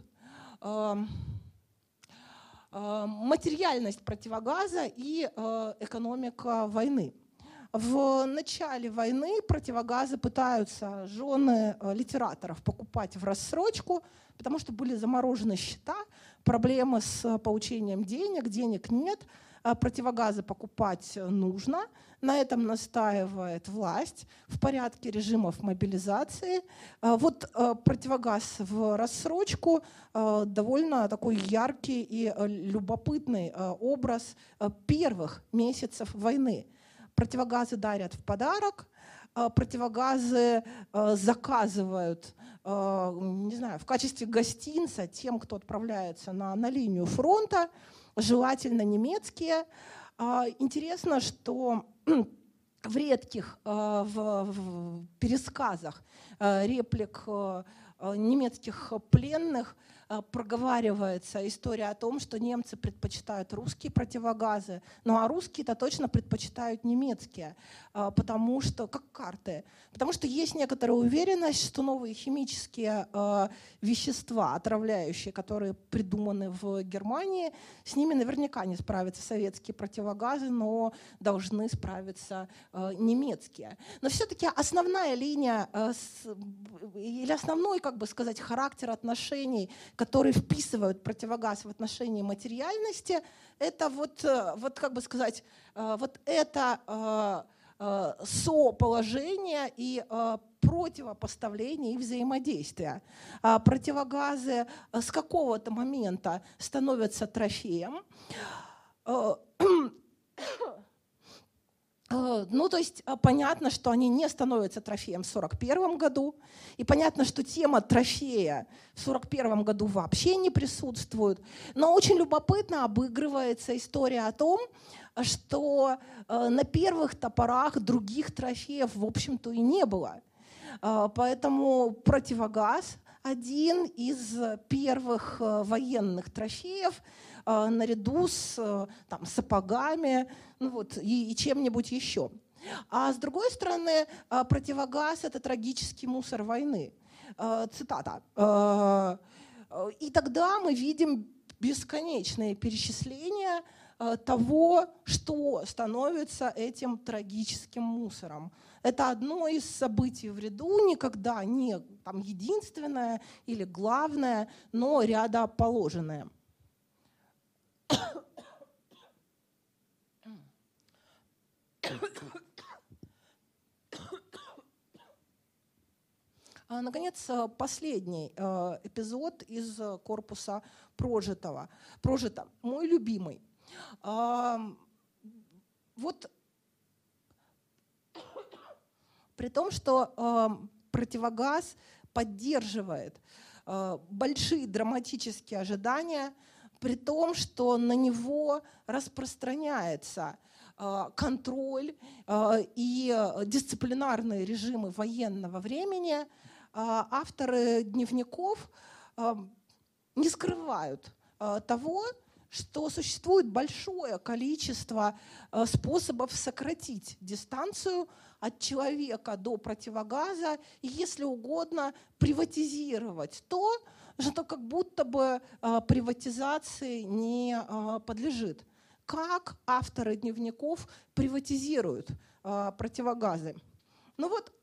Материальность противогаза и экономика войны. В начале войны противогазы пытаются жены литераторов покупать в рассрочку, потому что были заморожены счета, проблемы с получением денег нет, противогазы покупать нужно. На этом настаивает власть в порядке режимов мобилизации. Вот противогаз в рассрочку довольно такой яркий и любопытный образ первых месяцев войны. Противогазы дарят в подарок, противогазы заказывают, не знаю, в качестве гостинца тем, кто отправляется на линию фронта, желательно немецкие. Интересно, что в редких в пересказах реплик немецких пленных проговаривается история о том, что немцы предпочитают русские противогазы, ну а русские-то точно предпочитают немецкие, потому что, как карты, потому что есть некоторая уверенность, что новые химические вещества, отравляющие, которые придуманы в Германии, с ними наверняка не справятся советские противогазы, но должны справиться немецкие. Но все-таки основная линия или основной, как бы сказать, характер отношений, которые вписывают противогаз в отношении материальности, это вот как бы сказать, вот это соположение и противопоставление и взаимодействие. Противогазы с какого-то момента становятся трофеем. Ну, то есть понятно, что они не становятся трофеем в 1941 году, и понятно, что тема трофея в 1941 году вообще не присутствует. Но очень любопытно обыгрывается история о том, что на первых топорах других трофеев, в общем-то, и не было. Поэтому противогаз – один из первых военных трофеев, наряду с сапогами, ну вот, и чем-нибудь еще. А с другой стороны, противогаз – это трагический мусор войны. Цитата. И тогда мы видим бесконечные перечисления того, что становится этим трагическим мусором. Это одно из событий в ряду, никогда не единственное или главное, но рядоположенное. Наконец, последний эпизод из корпуса прожито. Мой любимый. Вот При том, что противогаз поддерживает большие драматические ожидания, при том, что на него распространяется контроль и дисциплинарные режимы военного времени, авторы дневников не скрывают того, что существует большое количество способов сократить дистанцию от человека до противогаза и, если угодно, приватизировать то, что как будто бы приватизации не подлежит. Как авторы дневников приватизируют противогазы? Ну вот,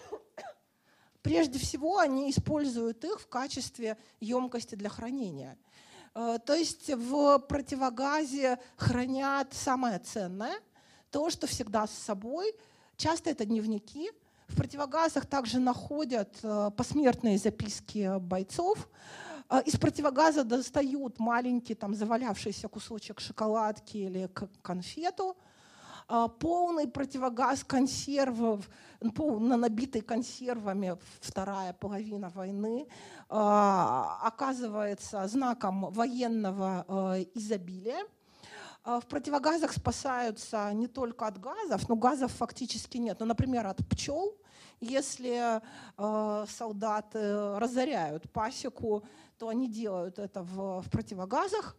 прежде всего, они используют их в качестве емкости для хранения. То есть в противогазе хранят самое ценное, то, что всегда с собой. Часто это дневники. В противогазах также находят посмертные записки бойцов. Из противогаза достают маленький там, завалявшийся кусочек шоколадки или конфету. Полный противогаз консервов, набитый консервами вторая половина войны, оказывается знаком военного изобилия. В противогазах спасаются не только от газов, но газов фактически нет. Ну, например, от пчел. Если солдаты разоряют пасеку, то они делают это в противогазах.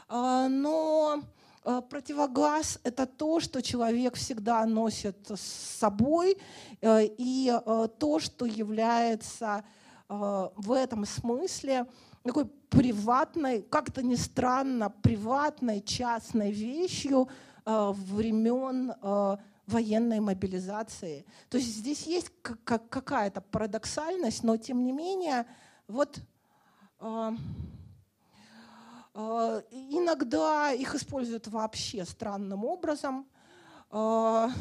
Но противогаз – это то, что человек всегда носит с собой, и то, что является в этом смысле такой приватной, как-то ни странно, приватной, частной вещью времен военной мобилизации. То есть здесь есть какая-то парадоксальность, но тем не менее, вот иногда их используют вообще странным образом, но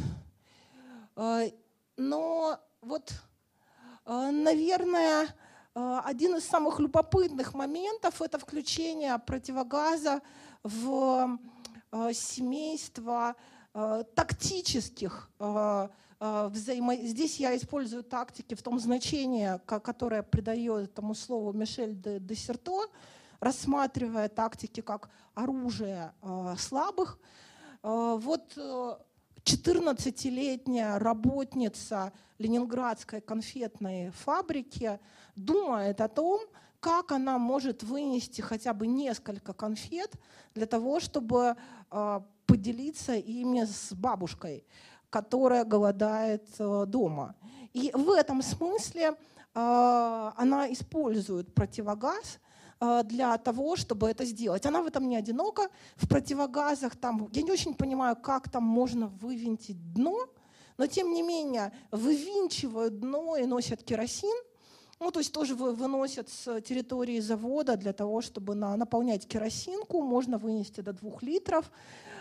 вот, наверное, один из самых любопытных моментов – это включение противогаза в семейство тактических Здесь я использую тактики в том значении, которое придает этому слову Мишель де Десерто, рассматривая тактики как оружие слабых. Вот 14-летняя работница Ленинградской конфетной фабрики думает о том, как она может вынести хотя бы несколько конфет для того, чтобы поделиться ими с бабушкой, которая голодает дома. И в этом смысле она использует противогаз для того, чтобы это сделать. Она в этом не одинока. В противогазах там, я не очень понимаю, как там можно вывинтить дно, но тем не менее вывинчивают дно и носят керосин. Ну, то есть тоже выносят с территории завода для того, чтобы наполнять керосинку. Можно вынести до 2 литров.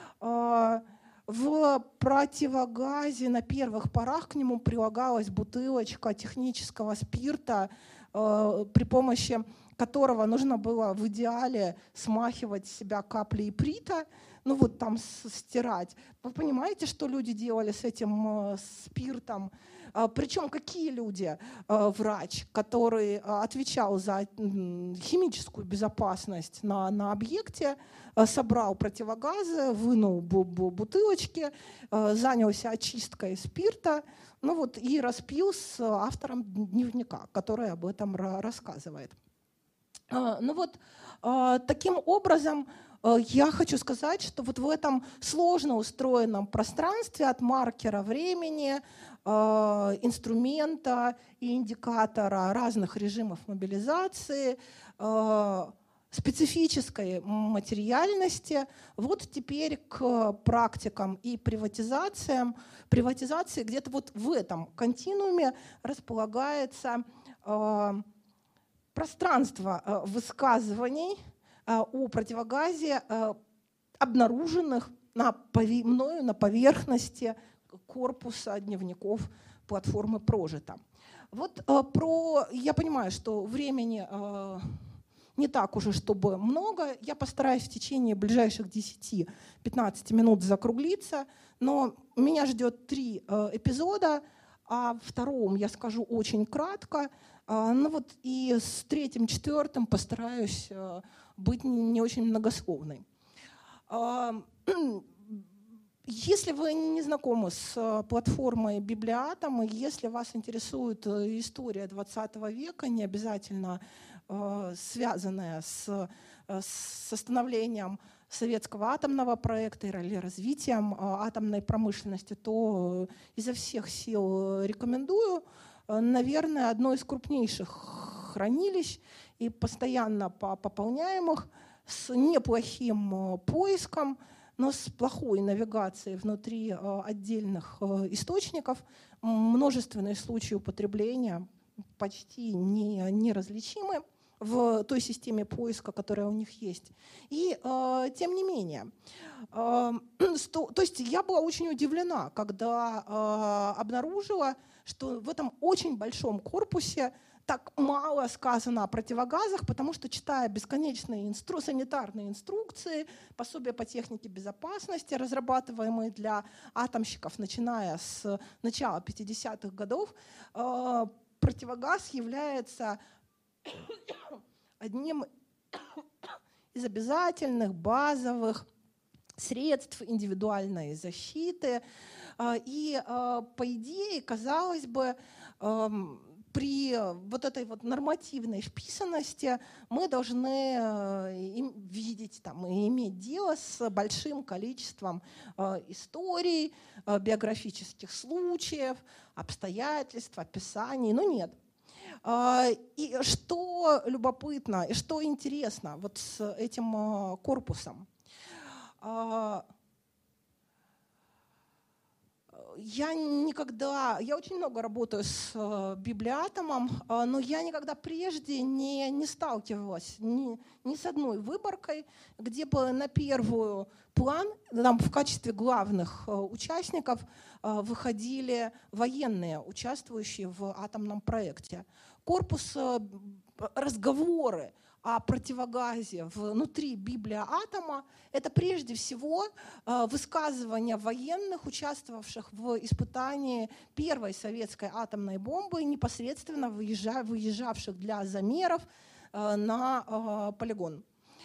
В противогазе на первых порах к нему прилагалась бутылочка технического спирта, при помощи которого нужно было в идеале смахивать с себя капли иприта, ну вот там стирать. Вы понимаете, что люди делали с этим спиртом? Причем какие люди? Врач, который отвечал за химическую безопасность на объекте, собрал противогазы, вынул бутылочки, занялся очисткой спирта, ну вот и распил с автором дневника, который об этом рассказывает. Ну вот таким образом я хочу сказать, что вот в этом сложно устроенном пространстве от маркера времени, инструмента и индикатора разных режимов мобилизации, специфической материальности, вот теперь к практикам и приватизациям. Приватизации где-то вот в этом континууме располагается пространство высказываний о противогазе, обнаруженных мною на поверхности корпуса дневников платформы «Прожито». Вот я понимаю, что времени не так уже, чтобы много. Я постараюсь в течение ближайших 10-15 минут закруглиться, но меня ждет 3 эпизода. О втором я скажу очень кратко. Ну вот и с третьим, четвертым постараюсь быть не очень многословной. Если вы не знакомы с платформой Библиатом, и если вас интересует история 20 века, не обязательно связанная с становлением советского атомного проекта или развитием атомной промышленности, то изо всех сил рекомендую. Наверное, одно из крупнейших хранилищ и постоянно пополняемых, с неплохим поиском, но с плохой навигацией внутри отдельных источников, множественные случаи употребления почти неразличимы в той системе поиска, которая у них есть. И тем не менее, то есть я была очень удивлена, когда обнаружила, что в этом очень большом корпусе так мало сказано о противогазах, потому что, читая бесконечные санитарные инструкции, пособия по технике безопасности, разрабатываемые для атомщиков, начиная с начала 50-х годов, противогаз является одним из обязательных базовых средств индивидуальной защиты. И, по идее, казалось бы, при вот этой вот нормативной вписанности мы должны видеть там, и иметь дело с большим количеством историй, биографических случаев, обстоятельств, описаний. Но нет. И что любопытно, и что интересно вот с этим корпусом. Я очень много работаю с Библиатомом, но я никогда прежде не сталкивалась ни с одной выборкой, где бы на первый план нам в качестве главных участников выходили военные, участвующие в атомном проекте. Корпус, разговоры о противогазе внутри Библиатома — это прежде всего высказывания военных, участвовавших в испытании первой советской атомной бомбы, непосредственно выезжавших для замеров на полигон.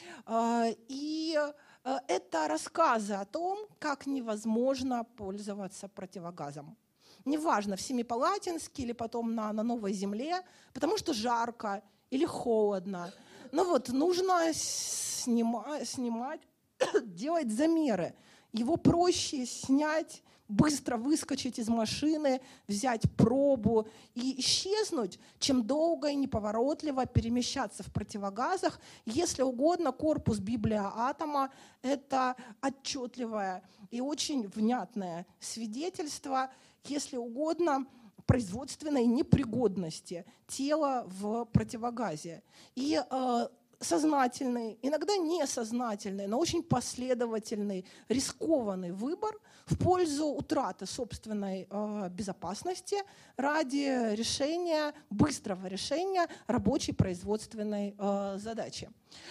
И это рассказы о том, как невозможно пользоваться противогазом. Неважно, в Семипалатинске или потом на Новой Земле, потому что жарко или холодно. Но вот нужно снимать, делать замеры. Его проще снять, быстро выскочить из машины, взять пробу и исчезнуть, чем долго и неповоротливо перемещаться в противогазах. Если угодно, корпус Библиатома — это отчетливое и очень внятное свидетельство, если угодно, производственной непригодности тела в противогазе. И сознательный, иногда несознательный, но очень последовательный, рискованный выбор в пользу утраты собственной безопасности ради быстрого решения рабочей производственной задачи.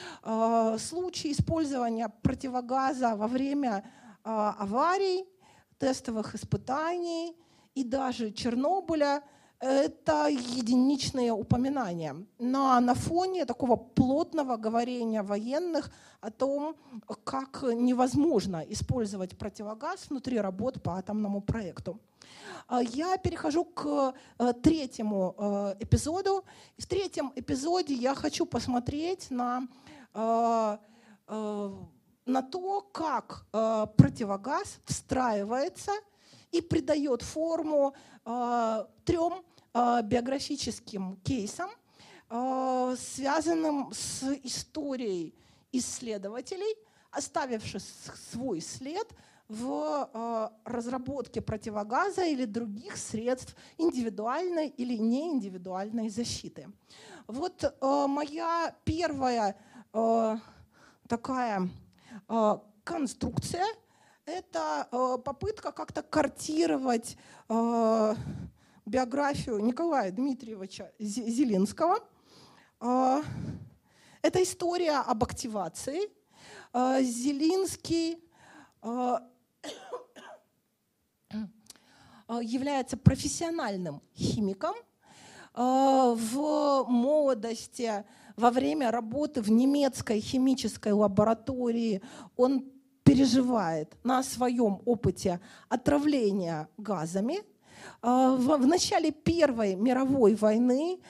Случаи использования противогаза во время аварий, тестовых испытаний и даже Чернобыля — это единичные упоминания. Но на фоне такого плотного говорения военных о том, как невозможно использовать противогаз внутри работ по атомному проекту. Я перехожу к третьему эпизоду. В третьем эпизоде я хочу посмотреть на то, как противогаз встраивается и придает форму трем биографическим кейсам, связанным с историей исследователей, оставивших свой след в разработке противогаза или других средств индивидуальной или неиндивидуальной защиты. Вот моя первая такая конструкция — это попытка как-то картировать биографию Николая Дмитриевича Зелинского. Это история об активации. Зелинский является профессиональным химиком. В молодости, во время работы в немецкой химической лаборатории он переживает на своем опыте отравления газами. В начале Первой мировой войны,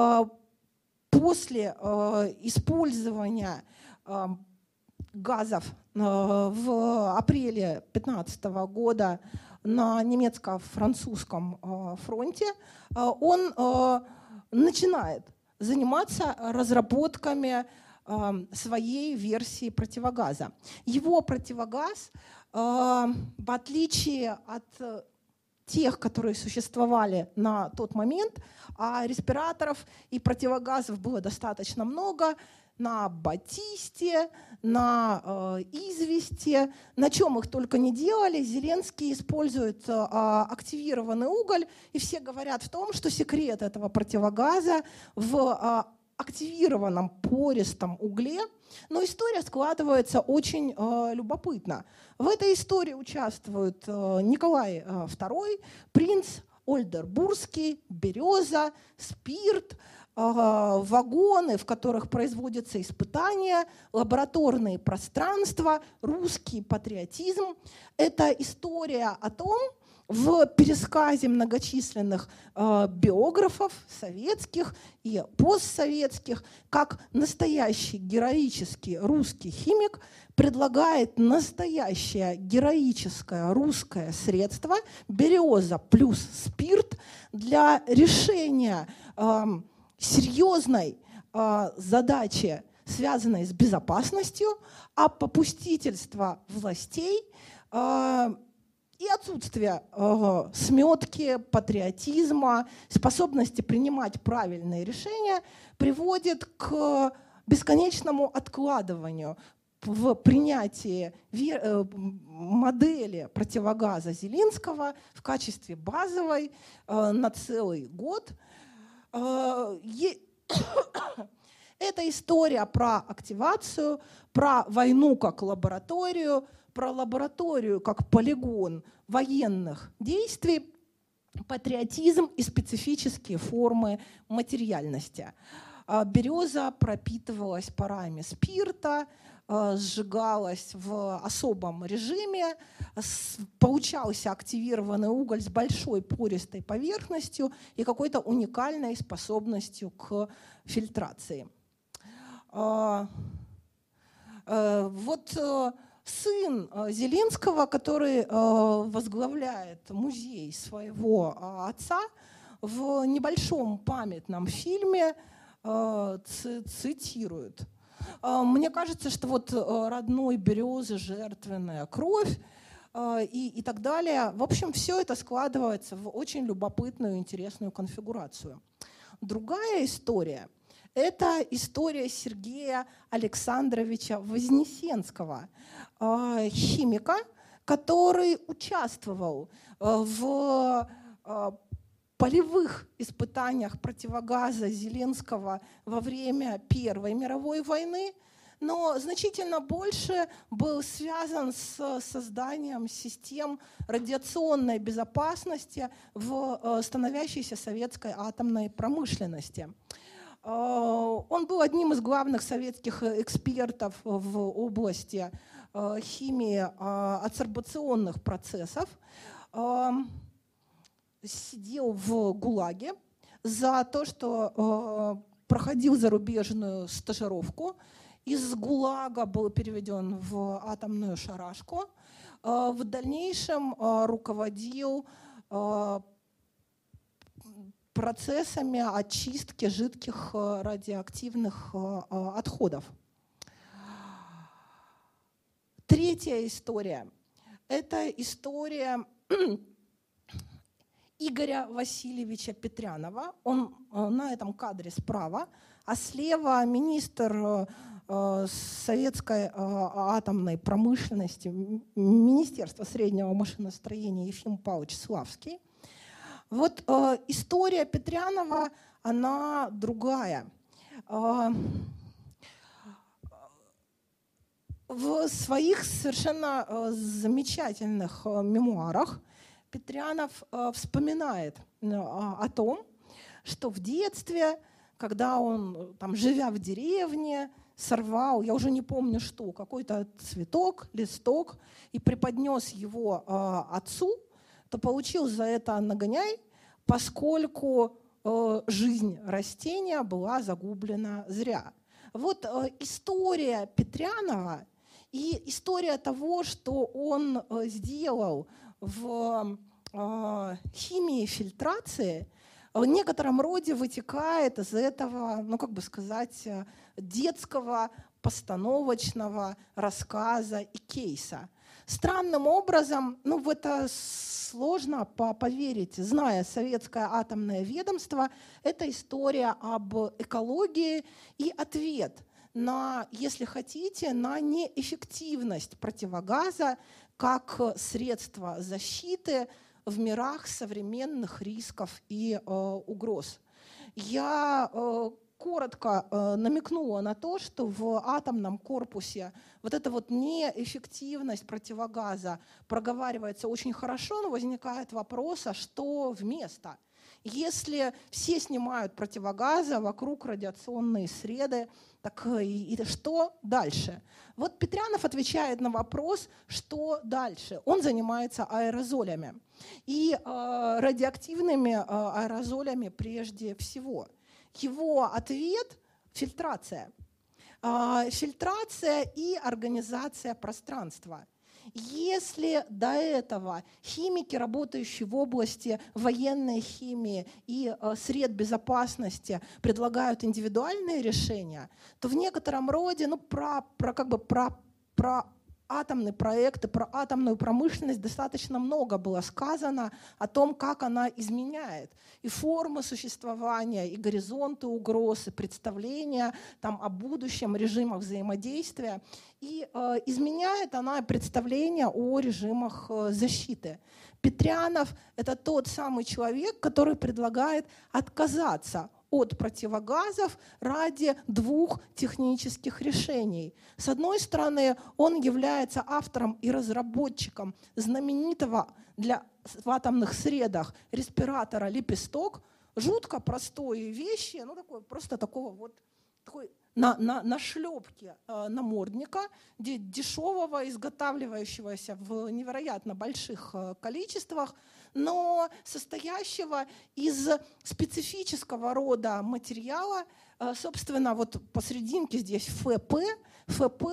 после использования газов в апреле 2015 года на немецко-французском фронте, он начинает заниматься разработками своей версии противогаза. Его противогаз, в отличие от тех, которые существовали на тот момент, а респираторов и противогазов было достаточно много, на батисте, на известе, на чем их только не делали. Зеленский использует активированный уголь, и все говорят в том, что секрет этого противогаза в активированном пористом угле. Но история складывается очень любопытно. В этой истории участвуют Николай II, принц Ольдербургский, береза, спирт, вагоны, в которых производятся испытания, лабораторные пространства, русский патриотизм. Это история о том, в пересказе многочисленных биографов советских и постсоветских, как настоящий героический русский химик предлагает настоящее героическое русское средство береза плюс спирт для решения серьезной задачи, связанной с безопасностью, а попустительство властей и отсутствие сметки, патриотизма, способности принимать правильные решения приводит к бесконечному откладыванию в принятии модели противогаза Зеленского в качестве базовой на целый год. Это история про активацию, про войну как лабораторию, про лабораторию как полигон военных действий, патриотизм и специфические формы материальности. Береза пропитывалась парами спирта, сжигалась в особом режиме, получался активированный уголь с большой пористой поверхностью и какой-то уникальной способностью к фильтрации. Вот сын Зеленского, который возглавляет музей своего отца, в небольшом памятном фильме цитирует: «Мне кажется, что вот родной березы жертвенная кровь и так далее». В общем, все это складывается в очень любопытную, интересную конфигурацию. Другая история – это история Сергея Александровича Вознесенского, химика, который участвовал в полевых испытаниях противогаза Зеленского во время Первой мировой войны, но значительно больше был связан с созданием систем радиационной безопасности в становящейся советской атомной промышленности. Он был одним из главных советских экспертов в области химии адсорбационных процессов. Сидел в ГУЛАГе за то, что проходил зарубежную стажировку. Из ГУЛАГа был переведен в атомную шарашку. В дальнейшем руководил процессами очистки жидких радиоактивных отходов. Третья история – это история Игоря Васильевича Петрянова. Он на этом кадре справа, а слева министр советской атомной промышленности, Министерства среднего машиностроения Ефим Павлович Славский. Вот история Петрянова, она другая. В своих совершенно замечательных мемуарах Петрянов вспоминает о том, что в детстве, когда он, там, живя в деревне, сорвал, я уже не помню что, какой-то цветок, листок, и преподнес его отцу, то получил за это нагоняй, поскольку жизнь растения была загублена зря. Вот история Петрянова и история того, что он сделал в химии фильтрации, в некотором роде вытекает из этого, ну, как бы сказать, детского постановочного рассказа и кейса. Странным образом, ну, в это сложно поверить, зная советское атомное ведомство, это история об экологии и ответ на, если хотите, на неэффективность противогаза как средство защиты в мирах современных рисков и угроз. Я коротко намекнула на то, что в атомном корпусе вот эта вот неэффективность противогаза проговаривается очень хорошо, но возникает вопрос, а что вместо? Если все снимают противогазы, вокруг радиационные среды, так и что дальше? Вот Петрянов отвечает на вопрос, что дальше. Он занимается аэрозолями. И радиоактивными аэрозолями прежде всего. Его ответ – фильтрация. Фильтрация и организация пространства. Если до этого химики, работающие в области военной химии и сред безопасности, предлагают индивидуальные решения, то в некотором роде, ну, про атомные проекты, про атомную промышленность достаточно много было сказано о том, как она изменяет и формы существования, и горизонты угроз, и представления там, о будущем режимах взаимодействия. И изменяет она представление о режимах защиты. Петрянов – это тот самый человек, который предлагает отказаться от противогазов ради двух технических решений. С одной стороны, он является автором и разработчиком знаменитого в атомных средах респиратора «Лепесток». Жутко простые вещи, ну, просто такого вот такой на шлепке намордника, дешевого, изготавливающегося в невероятно больших количествах, но состоящего из специфического рода материала, собственно, вот посерединке здесь ФП. ФП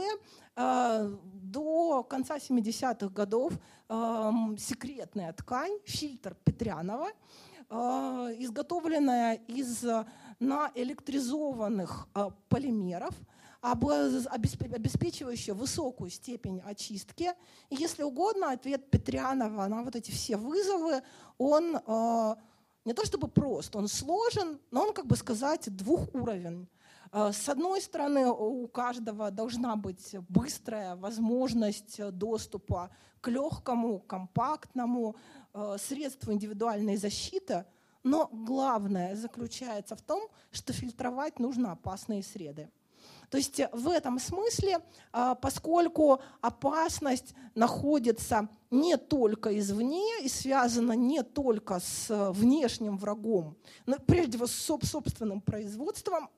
до конца 70-х годов секретная ткань, фильтр Петрянова, изготовленная из наэлектризованных полимеров, обеспечивающая высокую степень очистки. И, если угодно, ответ Петрянова на вот эти все вызовы, он не то чтобы прост, он сложен, но он, как бы сказать, двухуровень. С одной стороны, у каждого должна быть быстрая возможность доступа к легкому, компактному средству индивидуальной защиты, но главное заключается в том, что фильтровать нужно опасные среды. То есть в этом смысле, поскольку опасность находится не только извне и связана не только с внешним врагом, но прежде всего с собственным производством,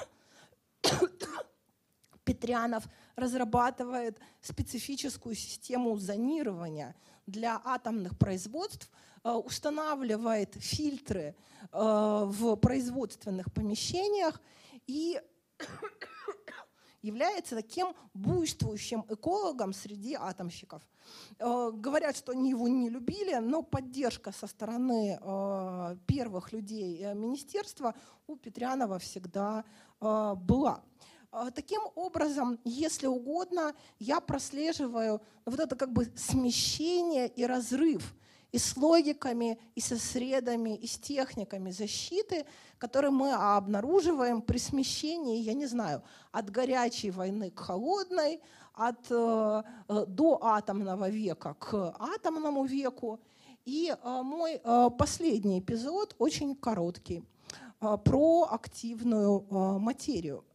Петрянов разрабатывает специфическую систему зонирования для атомных производств, устанавливает фильтры в производственных помещениях и является таким буйствующим экологом среди атомщиков. Говорят, что они его не любили, но поддержка со стороны первых людей министерства у Петрянова всегда была. Таким образом, если угодно, я прослеживаю вот это как бы смещение и разрыв и с логиками, и со средами, и с техниками защиты, которые мы обнаруживаем при смещении, я не знаю, от горячей войны к холодной, от доатомного века к атомному веку. И мой последний эпизод, очень короткий, про активную материю.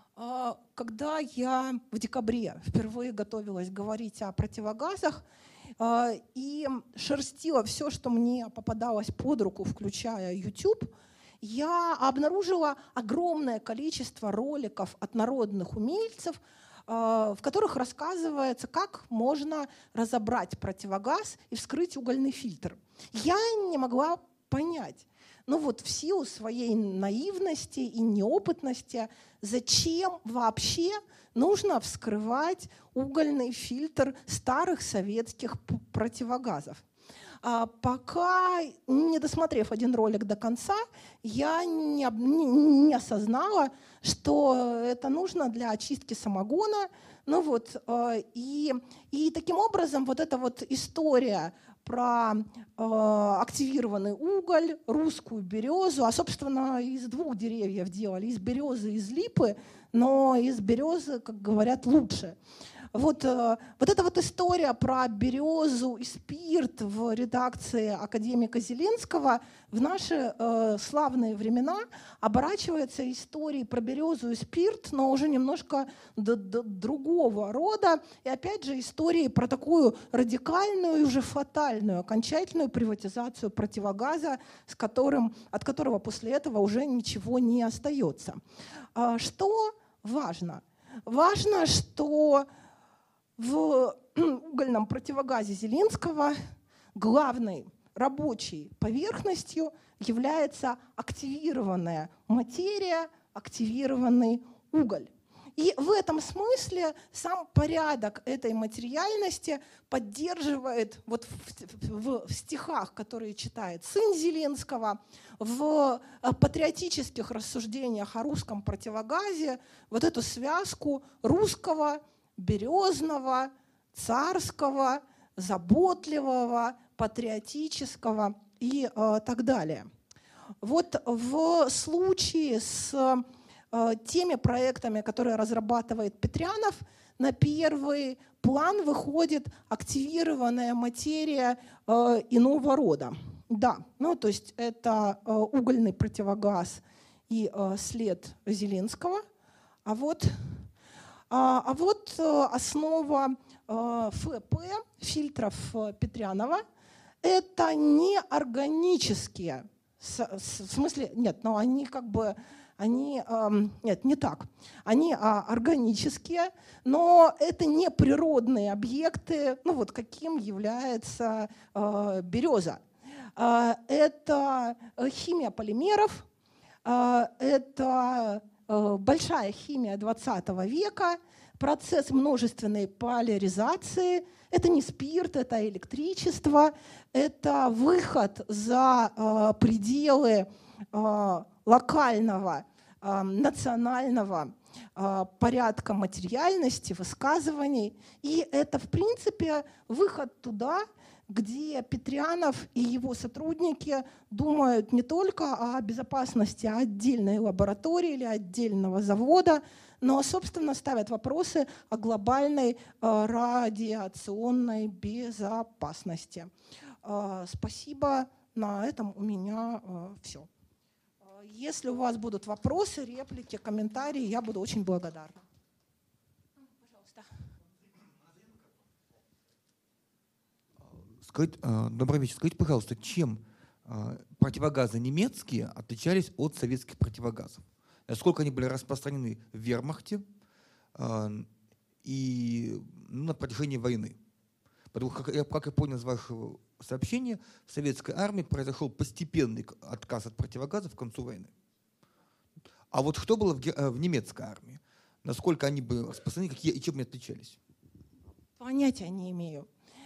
Когда я в декабре впервые готовилась говорить о противогазах, и шерстила все, что мне попадалось под руку, включая YouTube, я обнаружила огромное количество роликов от народных умельцев, в которых рассказывается, как можно разобрать противогаз и вскрыть угольный фильтр. Я не могла понять, в силу своей наивности и неопытности, зачем вообще нужно вскрывать угольный фильтр старых советских противогазов. Пока, не досмотрев один ролик до конца, я не осознала, что это нужно для очистки самогона. И таким образом вот эта вот история про активированный уголь, русскую березу, а, собственно, из двух деревьев делали, из березы и из липы, но из березы, как говорят, лучше. Вот эта вот история про березу и спирт в редакции академика Зеленского в наши славные времена оборачивается историей про березу и спирт, но уже немножко другого рода. И опять же историей про такую радикальную и уже фатальную, окончательную приватизацию противогаза, от которого после этого уже ничего не остается. Что важно? Важно, что в угольном противогазе Зеленского главной рабочей поверхностью является активированная материя, активированный уголь. И в этом смысле сам порядок этой материальности поддерживает вот в стихах, которые читает сын Зеленского, в патриотических рассуждениях о русском противогазе вот эту связку русского, березного, царского, заботливого, патриотического и так далее. Вот в случае с теми проектами, которые разрабатывает Петрянов, на первый план выходит активированная материя иного рода. Да, то есть это угольный противогаз и след Зеленского, а вот основа ФП, фильтров Петрянова, это неорганические, в смысле, нет, но они нет, не так. Они органические, но это не природные объекты, каким является береза. Это химия полимеров, это большая химия 20 века, процесс множественной поляризации. Это не спирт, это электричество, это выход за пределы локального, национального порядка материальности, высказываний. И это, в принципе, выход туда, где Петрянов и его сотрудники думают не только о безопасности отдельной лаборатории или отдельного завода, но, собственно, ставят вопросы о глобальной радиационной безопасности. Спасибо. На этом у меня все. Если у вас будут вопросы, реплики, комментарии, я буду очень благодарна. Пожалуйста. Добрый вечер. Скажите, пожалуйста, чем противогазы немецкие отличались от советских противогазов? Насколько они были распространены в вермахте и на протяжении войны? Потому как я понял из вашего сообщения, в советской армии произошел постепенный отказ от противогазов к концу войны. А вот что было в немецкой армии? Насколько они были распространены, какие и чем они отличались? Понятия не имею.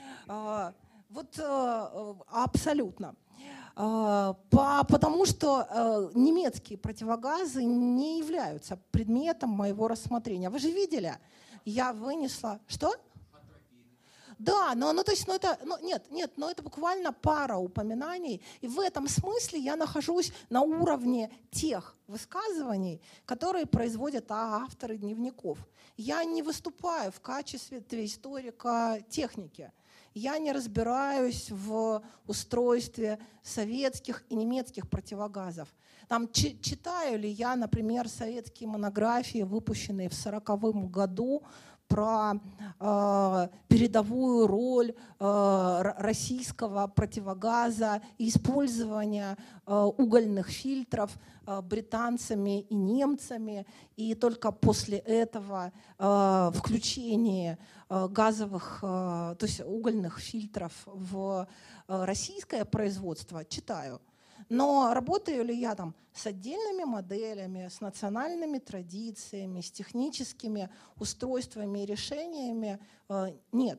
Абсолютно. Потому что немецкие противогазы не являются предметом моего рассмотрения. Вы же видели? Я вынесла... Что? Да, это буквально пара упоминаний. И в этом смысле я нахожусь на уровне тех высказываний, которые производят авторы дневников. Я не выступаю в качестве историка техники. Я не разбираюсь в устройстве советских и немецких противогазов. Читаю ли я, например, советские монографии, выпущенные в 1940 году про передовую роль российского противогаза и использования угольных фильтров британцами и немцами, и только после этого включение газовых, то есть угольных фильтров в российское производство, читаю. Но работаю ли я там с отдельными моделями, с национальными традициями, с техническими устройствами и решениями? Нет.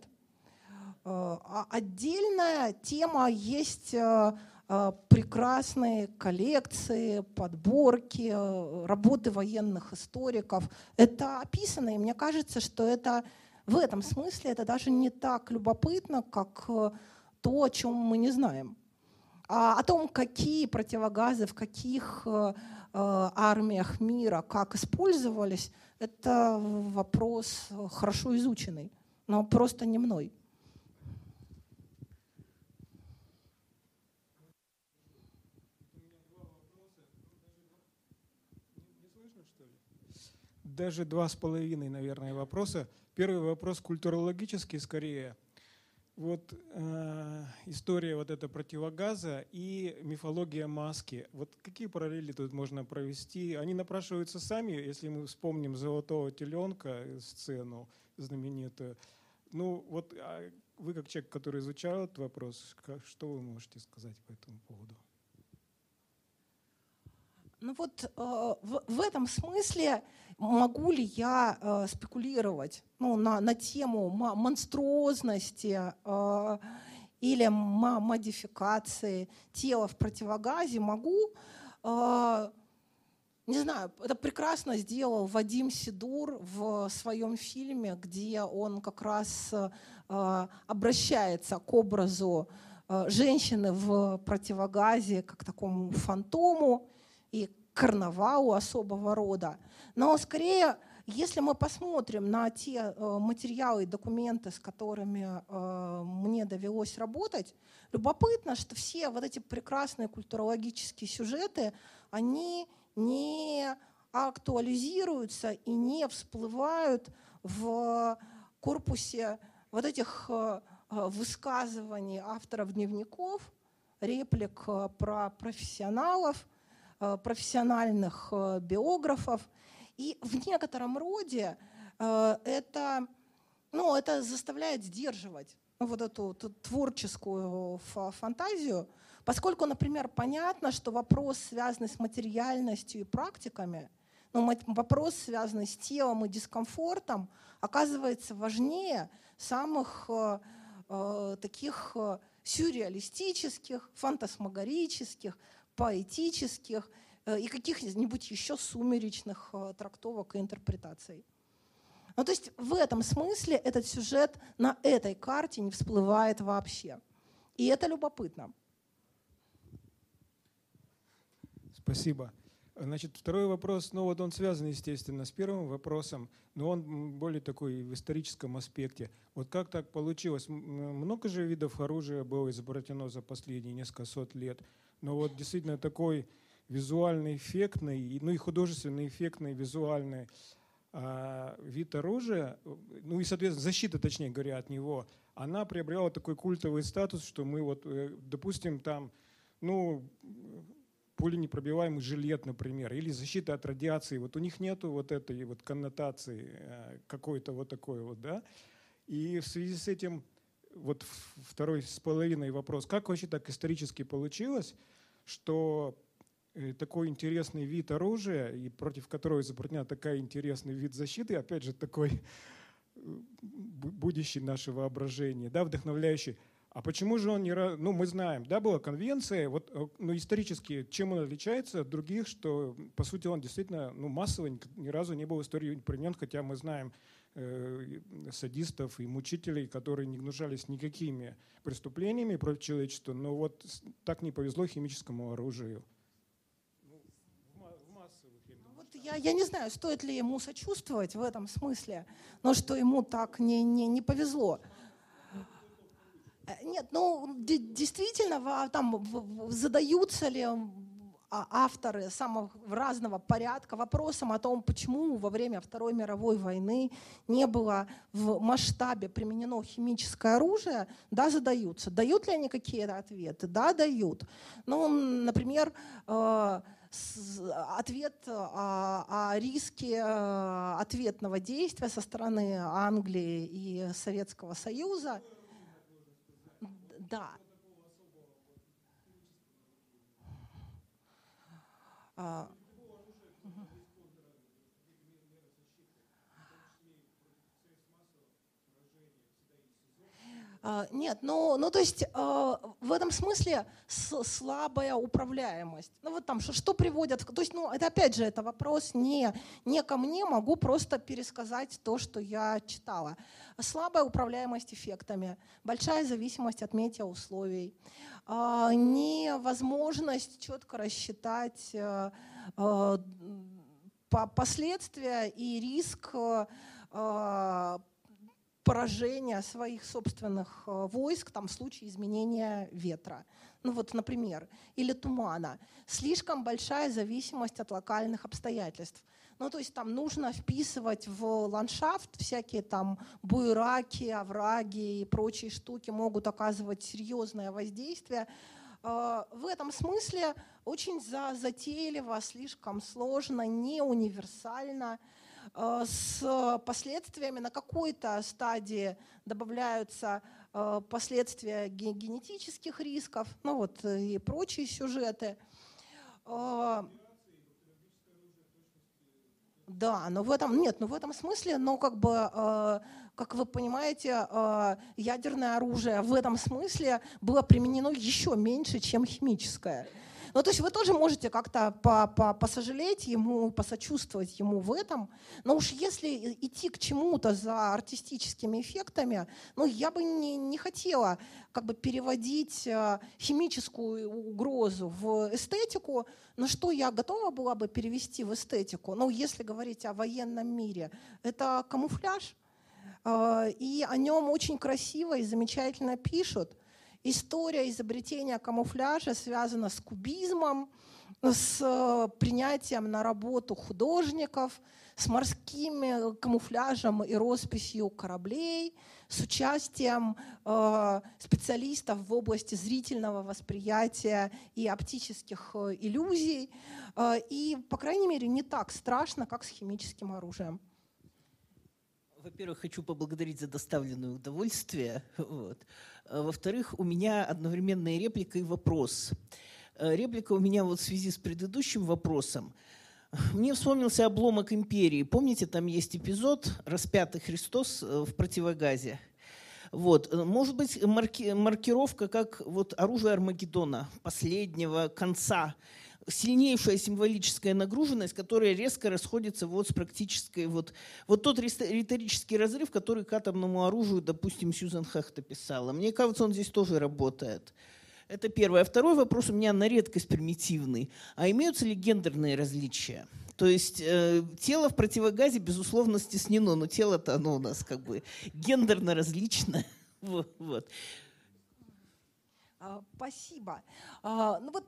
Отдельная тема есть прекрасные коллекции, подборки, работы военных историков. Это описано, и мне кажется, что это в этом смысле это даже не так любопытно, как то, о чем мы не знаем. А о том, какие противогазы в каких армиях мира как использовались, это вопрос хорошо изученный, но просто не мной. Даже 2,5, наверное, вопроса. Первый вопрос культурологический скорее. Вот история вот эта противогаза и мифология маски. Вот какие параллели тут можно провести? Они напрашиваются сами, если мы вспомним «Золотого теленка», сцену знаменитую. Ну вот вы как человек, который изучал этот вопрос, что вы можете сказать по этому поводу? Ну вот в этом смысле могу ли я спекулировать на тему монструозности или модификации тела в противогазе? Могу. Не знаю, это прекрасно сделал Вадим Сидур в своем фильме, где он как раз обращается к образу женщины в противогазе как к такому фантому и карнавалу особого рода. Но скорее, если мы посмотрим на те материалы и документы, с которыми мне довелось работать, любопытно, что все вот эти прекрасные культурологические сюжеты, они не актуализируются и не всплывают в корпусе вот этих высказываний авторов дневников, реплик про профессионалов, профессиональных биографов. И в некотором роде это заставляет сдерживать вот эту творческую фантазию, поскольку, например, понятно, что вопрос, связанный с материальностью и практиками, вопрос, связанный с телом и дискомфортом, оказывается важнее самых таких сюрреалистических, фантасмагорических, поэтических и каких-нибудь еще сумеречных трактовок и интерпретаций. То есть в этом смысле этот сюжет на этой карте не всплывает вообще. И это любопытно. Спасибо. Значит, второй вопрос, он связан, естественно, с первым вопросом, но он более такой в историческом аспекте. Вот как так получилось? Много же видов оружия было изобретено за последние несколько сот лет, но вот действительно такой визуально эффектный, и художественно эффектный визуальный вид оружия, и, соответственно, защита, точнее говоря, от него, она приобрела такой культовый статус, что мы допустим, там, пуленепробиваемый жилет, например, или защита от радиации. Вот у них нету вот этой вот коннотации какой-то вот такой вот, да. И в связи с этим вот второй с половиной вопрос: как вообще так исторически получилось, что такой интересный вид оружия, и против которого изобретена такой интересный вид защиты, опять же, такой будущий наше воображение, да, вдохновляющий. А почему же он не... мы знаем, да, была конвенция, исторически, чем он отличается от других, что, по сути, он действительно массово ни разу не был в истории применен, хотя мы знаем садистов и мучителей, которые не гнушались никакими преступлениями против человечества, но вот так не повезло химическому оружию. Я не знаю, стоит ли ему сочувствовать в этом смысле, но что ему так не повезло. Нет, действительно, там задаются ли авторы самого разного порядка вопросам о том, почему во время Второй мировой войны не было в масштабе применено химическое оружие, да, задаются. Дают ли они какие-то ответы? Да, дают. Ну, например, ответ о риске ответного действия со стороны Англии и Советского Союза. Да. Нет, ну то есть в этом смысле слабая управляемость. Ну вот там, что приводят, то есть, ну это опять же, это вопрос не ко мне, могу просто пересказать то, что я читала. Слабая управляемость эффектами, большая зависимость от метеоусловий, невозможность четко рассчитать последствия и риск поражения своих собственных войск там, в случае изменения ветра. Ну вот, например, или тумана. Слишком большая зависимость от локальных обстоятельств. Ну то есть там нужно вписывать в ландшафт всякие там буераки, овраги и прочие штуки могут оказывать серьезное воздействие. В этом смысле очень затейливо, слишком сложно, не универсально. С последствиями на какой-то стадии добавляются последствия генетических рисков, ну вот и прочие сюжеты. Да, но в этом нет, но в этом смысле, но как бы, как вы понимаете, ядерное оружие в этом смысле было применено еще меньше, чем химическое. Ну, то есть вы тоже можете как-то посожалеть ему, посочувствовать ему в этом. Но уж если идти к чему-то за артистическими эффектами, ну, я бы не хотела как бы переводить химическую угрозу в эстетику. Но что я готова была бы перевести в эстетику? Ну, если говорить о военном мире, это камуфляж. И о нем очень красиво и замечательно пишут. История изобретения камуфляжа связана с кубизмом, с принятием на работу художников, с морским камуфляжем и росписью кораблей, с участием специалистов в области зрительного восприятия и оптических иллюзий. И, по крайней мере, не так страшно, как с химическим оружием. Во-первых, хочу поблагодарить за доставленное удовольствие. Вот. Во-вторых, у меня одновременная реплика и вопрос. Реплика у меня вот в связи с предыдущим вопросом. Мне вспомнился «Обломок империи». Помните, там есть эпизод «Распятый Христос в противогазе». Вот. Может быть, маркировка как вот оружие Армагеддона, последнего конца, сильнейшая символическая нагруженность, которая резко расходится вот с практической... Вот тот риторический разрыв, который к атомному оружию, допустим, Сьюзан Хехт описала. Мне кажется, он здесь тоже работает. Это первое. Второй вопрос у меня на редкость примитивный. А имеются ли гендерные различия? То есть тело в противогазе, безусловно, стеснено, но тело-то оно у нас как бы гендерно различное. Вот. Спасибо. Ну вот...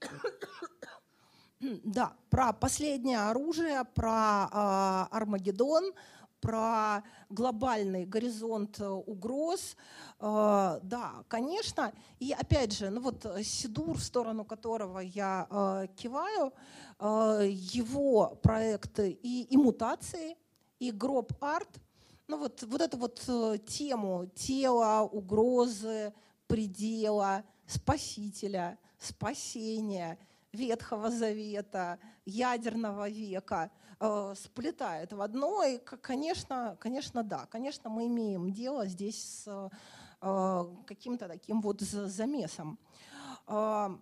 Да, про последнее оружие, про Армагеддон, про глобальный горизонт угроз. Да, конечно. И опять же, ну вот Сидур, в сторону которого я киваю, его проекты и мутации, и гроб-арт, ну вот эту вот тему тела, угрозы, предела, спасителя, спасения, Ветхого Завета, ядерного века сплетает в одно. И, конечно, да, конечно, мы имеем дело здесь с каким-то таким вот замесом. Я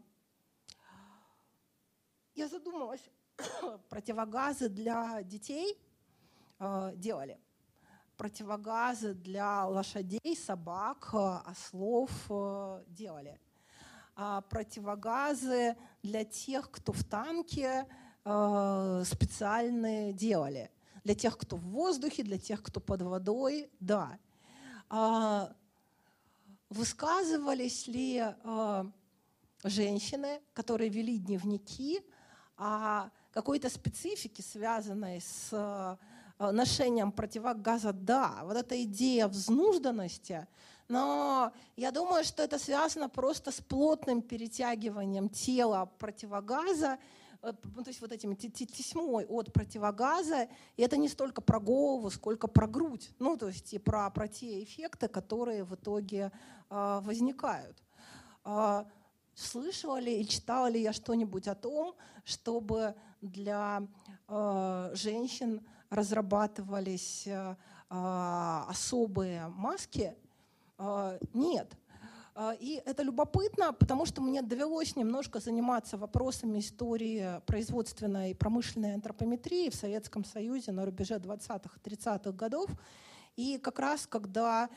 задумалась, противогазы для детей делали. Противогазы для лошадей, собак, ослов делали. Противогазы для тех, кто в танке, специальные делали. Для тех, кто в воздухе, для тех, кто под водой, да. Высказывались ли женщины, которые вели дневники, о какой-то специфике, связанной с ношением противогаза, да, вот эта идея взнужданности, но я думаю, что это связано просто с плотным перетягиванием тела противогаза, то есть вот этим тесьмой от противогаза, и это не столько про голову, сколько про грудь, ну то есть и про те эффекты, которые в итоге возникают. Слышала ли и читала ли я что-нибудь о том, чтобы для женщин разрабатывались особые маски? Нет. И это любопытно, потому что мне довелось немножко заниматься вопросами истории производственной и промышленной антропометрии в Советском Союзе на рубеже 20-х и 30-х годов. И как раз когда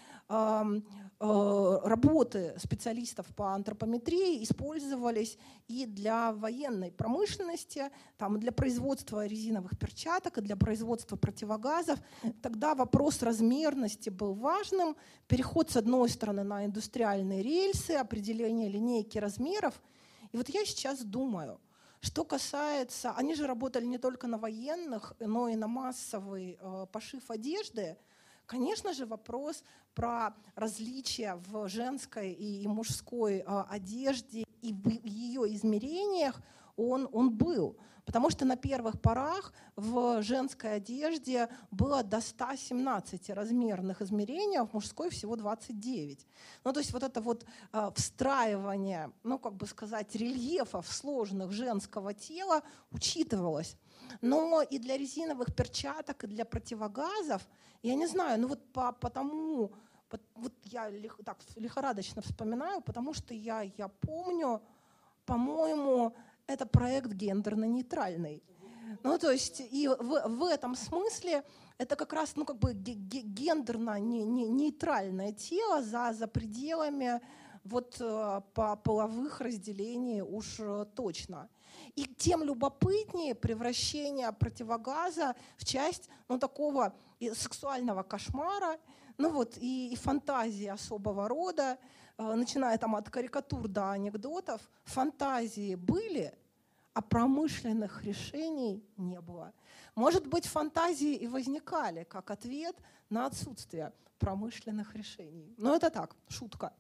работы специалистов по антропометрии использовались и для военной промышленности, там, и для производства резиновых перчаток, и для производства противогазов, тогда вопрос размерности был важным. Переход, с одной стороны, на индустриальные рельсы, определение линейки размеров. И вот я сейчас думаю, что касается... Они же работали не только на военных, но и на массовый пошив одежды. Конечно же, вопрос про различия в женской и мужской одежде и в ее измерениях, он был. Потому что на первых порах в женской одежде было до 117 размерных измерений, а в мужской всего 29. Ну, то есть вот это вот встраивание, ну, как бы сказать, рельефов сложных женского тела учитывалось. Но и для резиновых перчаток, и для противогазов, я не знаю, ну вот потому, вот я так лихорадочно вспоминаю, потому что я помню, по-моему, это проект гендерно-нейтральный. Ну, то есть и в этом смысле это как раз, ну, как бы гендерно-нейтральное тело за пределами вот половых разделений уж точно. И тем любопытнее превращение противогаза в часть, ну, такого сексуального кошмара, ну вот, и фантазии особого рода, начиная там от карикатур до анекдотов. Фантазии были, а промышленных решений не было. Может быть, фантазии и возникали как ответ на отсутствие промышленных решений. Но это так, шутка.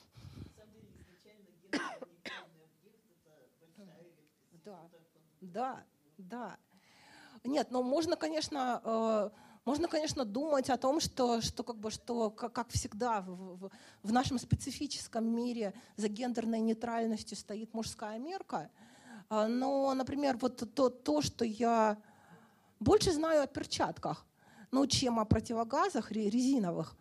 Да. Нет, но можно, конечно, думать о том, что как всегда в нашем специфическом мире за гендерной нейтральностью стоит мужская мерка. Но, например, вот то, что я больше знаю о перчатках, ну, чем о противогазах резиновых,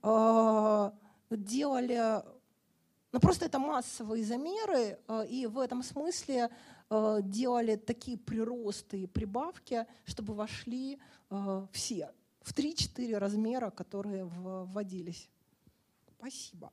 делали... Ну, просто это массовые замеры, и в этом смысле делали такие приросты и прибавки, чтобы вошли все в 3-4 размера, которые вводились. Спасибо.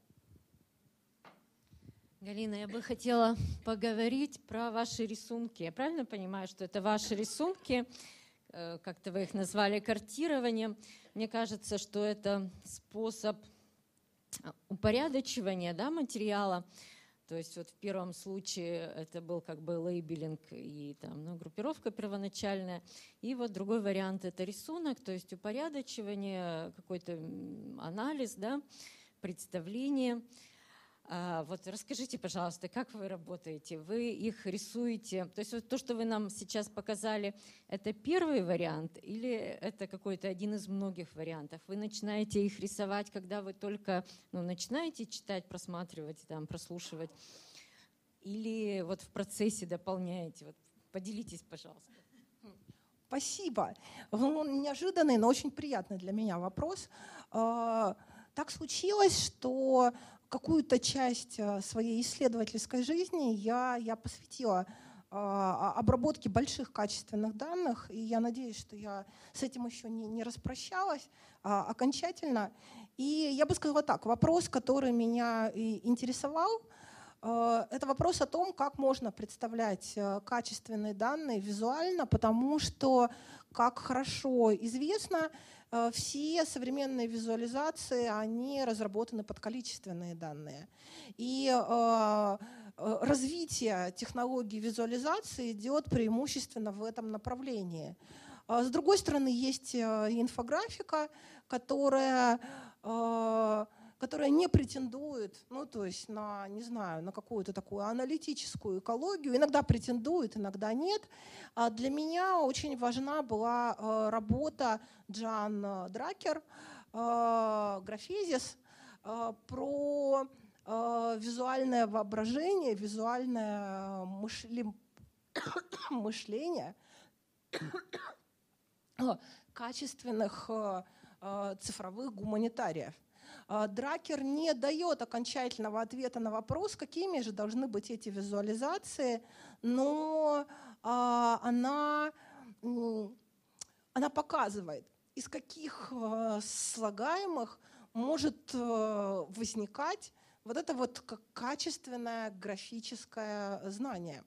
Галина, я бы хотела поговорить про ваши рисунки. Я правильно понимаю, что это ваши рисунки? Как-то вы их назвали картированием. Мне кажется, что это способ упорядочивания, да, материала. То есть вот в первом случае это был как бы лейбелинг и там, ну, группировка первоначальная. И вот другой вариант — это рисунок, то есть упорядочивание, какой-то анализ, да, представление. Вот расскажите, пожалуйста, как вы работаете? Вы их рисуете? То есть вот то, что вы нам сейчас показали, это первый вариант или это какой-то один из многих вариантов? Вы начинаете их рисовать, когда вы только начинаете читать, просматривать, там, прослушивать? Или вот в процессе дополняете? Вот поделитесь, пожалуйста. Спасибо. Неожиданный, но очень приятный для меня вопрос. Так случилось, что какую-то часть своей исследовательской жизни я посвятила обработке больших качественных данных, и я надеюсь, что я с этим еще не распрощалась окончательно. И я бы сказала так, вопрос, который меня интересовал, это вопрос о том, как можно представлять качественные данные визуально, потому что, как хорошо известно, все современные визуализации, они разработаны под количественные данные. И развитие технологий визуализации идет преимущественно в этом направлении. С другой стороны, есть инфографика, которая не претендует, ну, то есть на, не знаю, на какую-то такую аналитическую экологию. Иногда претендует, иногда нет. Для меня очень важна была работа Джан Дракер, Графезис, про визуальное воображение, визуальное мышление качественных цифровых гуманитариев. Дракер не дает окончательного ответа на вопрос, какими же должны быть эти визуализации, но она показывает, из каких слагаемых может возникать вот это вот качественное графическое знание.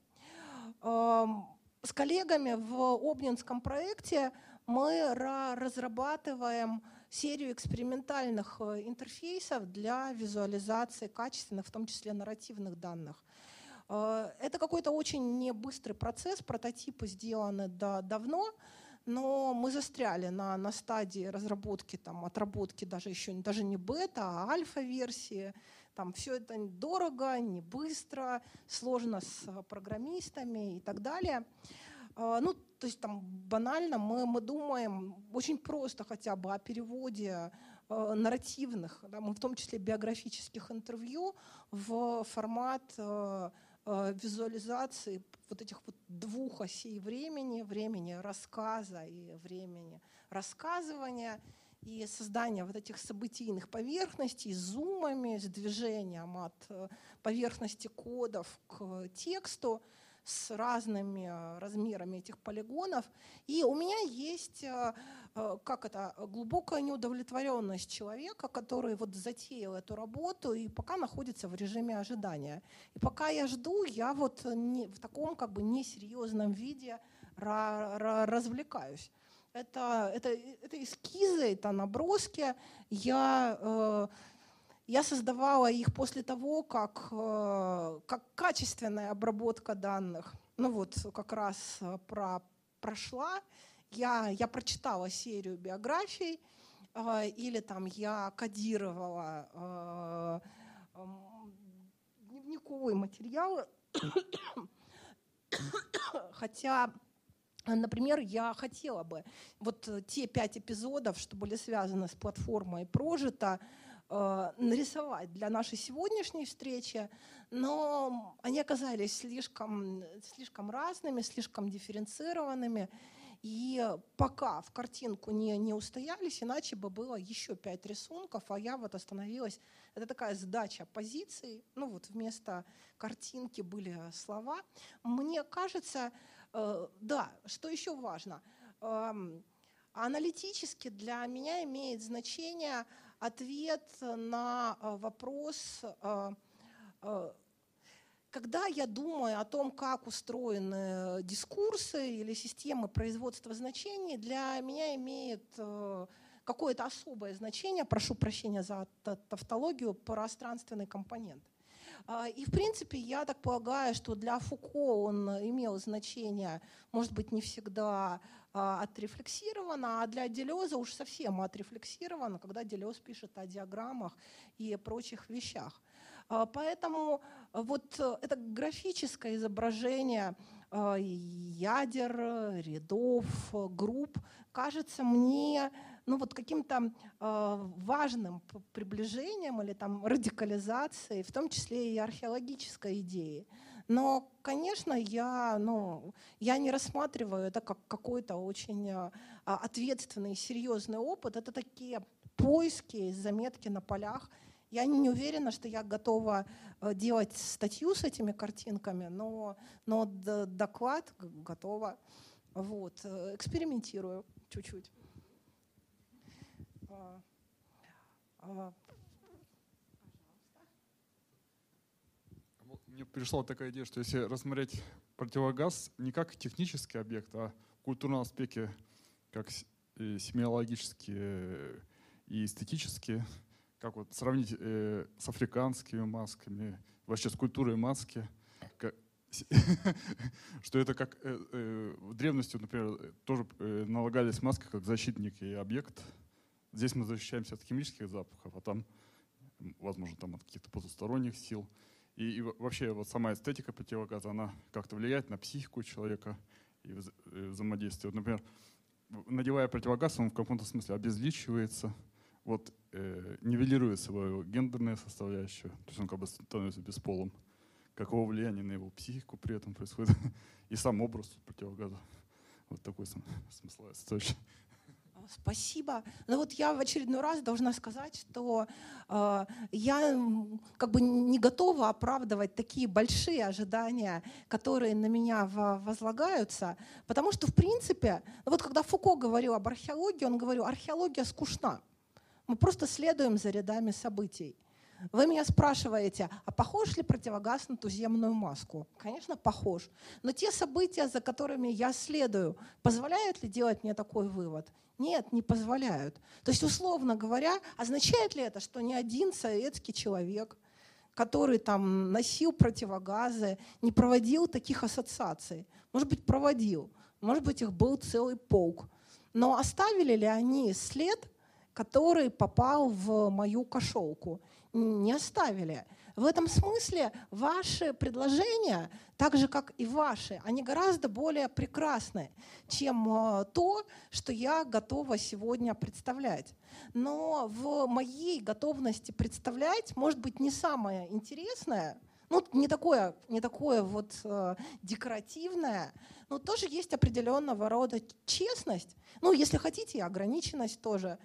С коллегами в Обнинском проекте мы разрабатываем серию экспериментальных интерфейсов для визуализации качественных, в том числе нарративных данных. Это какой-то очень небыстрый процесс, прототипы сделаны давно, но мы застряли на стадии разработки, отработки даже не бета, а альфа-версии. Там все это дорого, не быстро, сложно с программистами и так далее. Ну, то есть там банально мы думаем очень просто хотя бы о переводе нарративных, да, в том числе биографических интервью в формат визуализации вот этих вот двух осей времени рассказа и времени рассказывания, и создания вот этих событийных поверхностей с зумами, с движением от поверхности кодов к тексту, с разными размерами этих полигонов. И у меня есть глубокая неудовлетворенность человека, который вот затеял эту работу и пока находится в режиме ожидания. И пока я жду, я вот в таком несерьезном виде развлекаюсь. Это эскизы, это наброски. Я создавала их после того, как качественная обработка данных, ну вот как раз прошла. Я прочитала серию биографий, или там я кодировала дневниковые материалы, хотя, например, я хотела бы вот те 5 эпизодов, что были связаны с платформой Прожито, нарисовать для нашей сегодняшней встречи, но они оказались слишком разными, слишком дифференцированными, и пока в картинку не устоялись, иначе бы было еще 5 рисунков, а я вот остановилась. Это такая сдача позиций, ну вот вместо картинки были слова. Мне кажется, да, что еще важно, аналитически для меня имеет значение ответ на вопрос, когда я думаю о том, как устроены дискурсы или системы производства значений, для меня имеет какое-то особое значение, прошу прощения за тавтологию, пространственный компонент. И, в принципе, я так полагаю, что для Фуко он имел значение, может быть, не всегда отрефлексировано, а для Делеза уж совсем отрефлексировано, когда Делез пишет о диаграммах и прочих вещах. Поэтому вот это графическое изображение ядер, рядов, групп кажется мне каким-то важным приближением или радикализацией, в том числе и археологической идеи. Но, конечно, я не рассматриваю это как какой-то очень ответственный, серьезный опыт. Это такие поиски, заметки на полях. Я не уверена, что я готова делать статью с этими картинками, но доклад готова. Вот. Экспериментирую чуть-чуть. Мне пришла такая идея, что если рассмотреть противогаз не как технический объект, а в культурном аспекте, как семиологически и эстетически, как вот сравнить с африканскими масками, вообще с культурой маски, что это как в древности, например, тоже налагались маски как защитник и объект. Здесь мы защищаемся от химических запахов, а там, возможно, там от каких-то потусторонних сил. И вообще вот сама эстетика противогаза, она как-то влияет на психику человека и взаимодействие. Вот, например, надевая противогаз, он в каком-то смысле обезличивается, вот, нивелирует свою гендерную составляющую, то есть он как бы становится бесполым. Какого влияния на его психику при этом происходит, и сам образ противогаза. Вот такой смысл составляющий. Спасибо. Но вот я в очередной раз должна сказать, что я как бы не готова оправдывать такие большие ожидания, которые на меня возлагаются, потому что, в принципе, вот когда Фуко говорил об археологии, он говорил, археология скучна. Мы просто следуем за рядами событий. Вы меня спрашиваете, а похож ли противогаз на туземную маску? Конечно, похож. Но те события, за которыми я следую, позволяют ли делать мне такой вывод? Нет, не позволяют. То есть, условно говоря, означает ли это, что ни один советский человек, который там носил противогазы, не проводил таких ассоциаций? Может быть, проводил. Может быть, их был целый полк. Но оставили ли они след, который попал в мою кошелку? Не оставили. В этом смысле ваши предложения, так же как и ваши, они гораздо более прекрасны, чем то, что я готова сегодня представлять. Но в моей готовности представлять, может быть, не самое интересное, ну, не такое вот декоративное, но тоже есть определенного рода честность, ну, если хотите, и ограниченность тоже.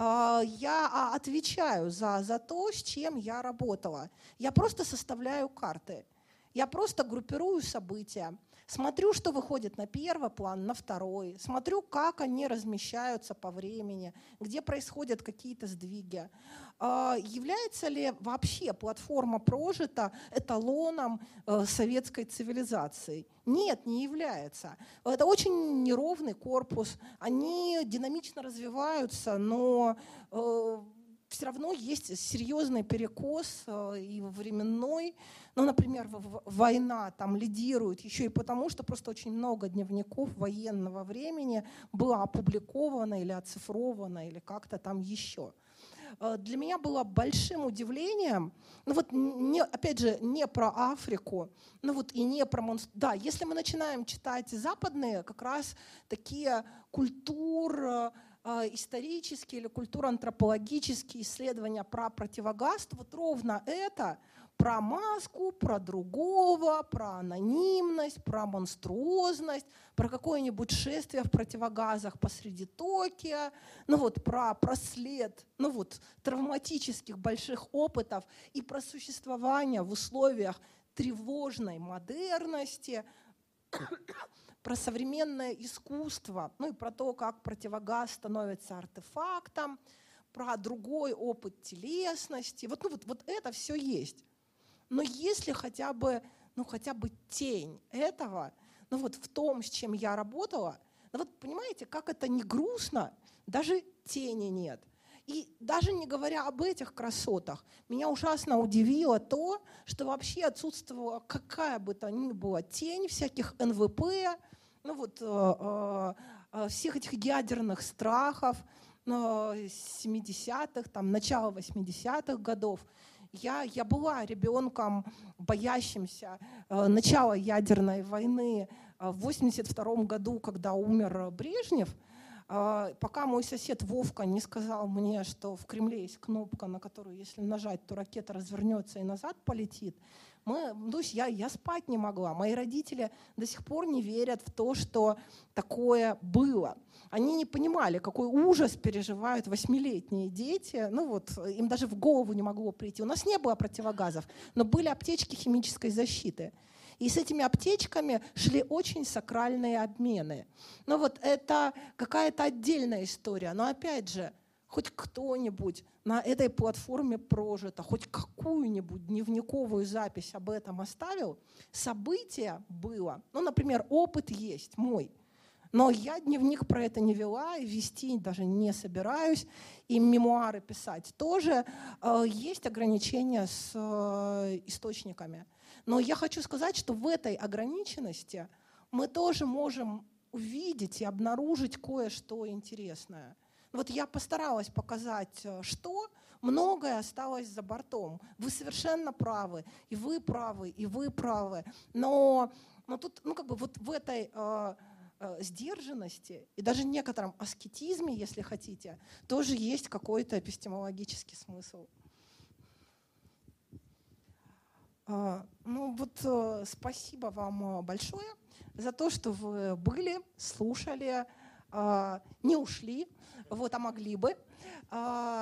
Я отвечаю за то, с чем я работала. Я просто составляю карты, я просто группирую события, смотрю, что выходит на первый план, на второй, смотрю, как они размещаются по времени, где происходят какие-то сдвиги. Является ли вообще платформа «Прожито» эталоном советской цивилизации? Нет, не является. Это очень неровный корпус, они динамично развиваются, но все равно есть серьезный перекос и временной. Ну, например, война там лидирует еще и потому, что просто очень много дневников военного времени было опубликовано или оцифровано, или как-то там еще. Для меня было большим удивлением, ну вот опять же, не про Африку, ну вот и не про монстров. Да, если мы начинаем читать западные, как раз такие исторические или культурно-антропологические исследования про противогаз, то вот ровно это про маску, про другого, про анонимность, про монструозность, про какое-нибудь шествие в противогазах посреди Токио, ну вот про след, ну вот травматических больших опытов и про существование в условиях тревожной модерности, про современное искусство, ну и про то, как противогаз становится артефактом, про другой опыт телесности. Вот это все есть. Но если хотя бы тень этого, ну вот в том, с чем я работала, ну вот понимаете, как это не грустно, даже тени нет. И даже не говоря об этих красотах, меня ужасно удивило то, что вообще отсутствовала какая бы то ни была тень всяких НВП, ну вот всех этих ядерных страхов 70-х, там, начала 80-х годов. Я была ребенком, боящимся начала ядерной войны в 1982 году, когда умер Брежнев. Пока мой сосед Вовка не сказал мне, что в Кремле есть кнопка, на которую, если нажать, то ракета развернется и назад полетит, я спать не могла. Мои родители до сих пор не верят в то, что такое было. Они не понимали, какой ужас переживают 8-летние дети. Ну вот, им даже в голову не могло прийти. У нас не было противогазов, но были аптечки химической защиты. И с этими аптечками шли очень сакральные обмены. Но вот это какая-то отдельная история. Но опять же, хоть кто-нибудь на этой платформе «Прожито», хоть какую-нибудь дневниковую запись об этом оставил, событие было. Ну, например, опыт есть мой. Но я дневник про это не вела, и вести даже не собираюсь, и мемуары писать тоже. Есть ограничения с источниками. Но я хочу сказать, что в этой ограниченности мы тоже можем увидеть и обнаружить кое-что интересное. Вот я постаралась показать, что многое осталось за бортом. Вы совершенно правы, и вы правы, и вы правы. Но тут, вот в этой сдержанности и даже в аскетизме, если хотите, тоже есть какой-то эпистемологический смысл. Спасибо вам большое за то, что вы были, слушали, не ушли, а могли бы,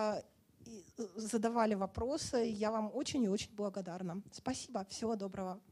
задавали вопросы. Я вам очень и очень благодарна. Спасибо, всего доброго.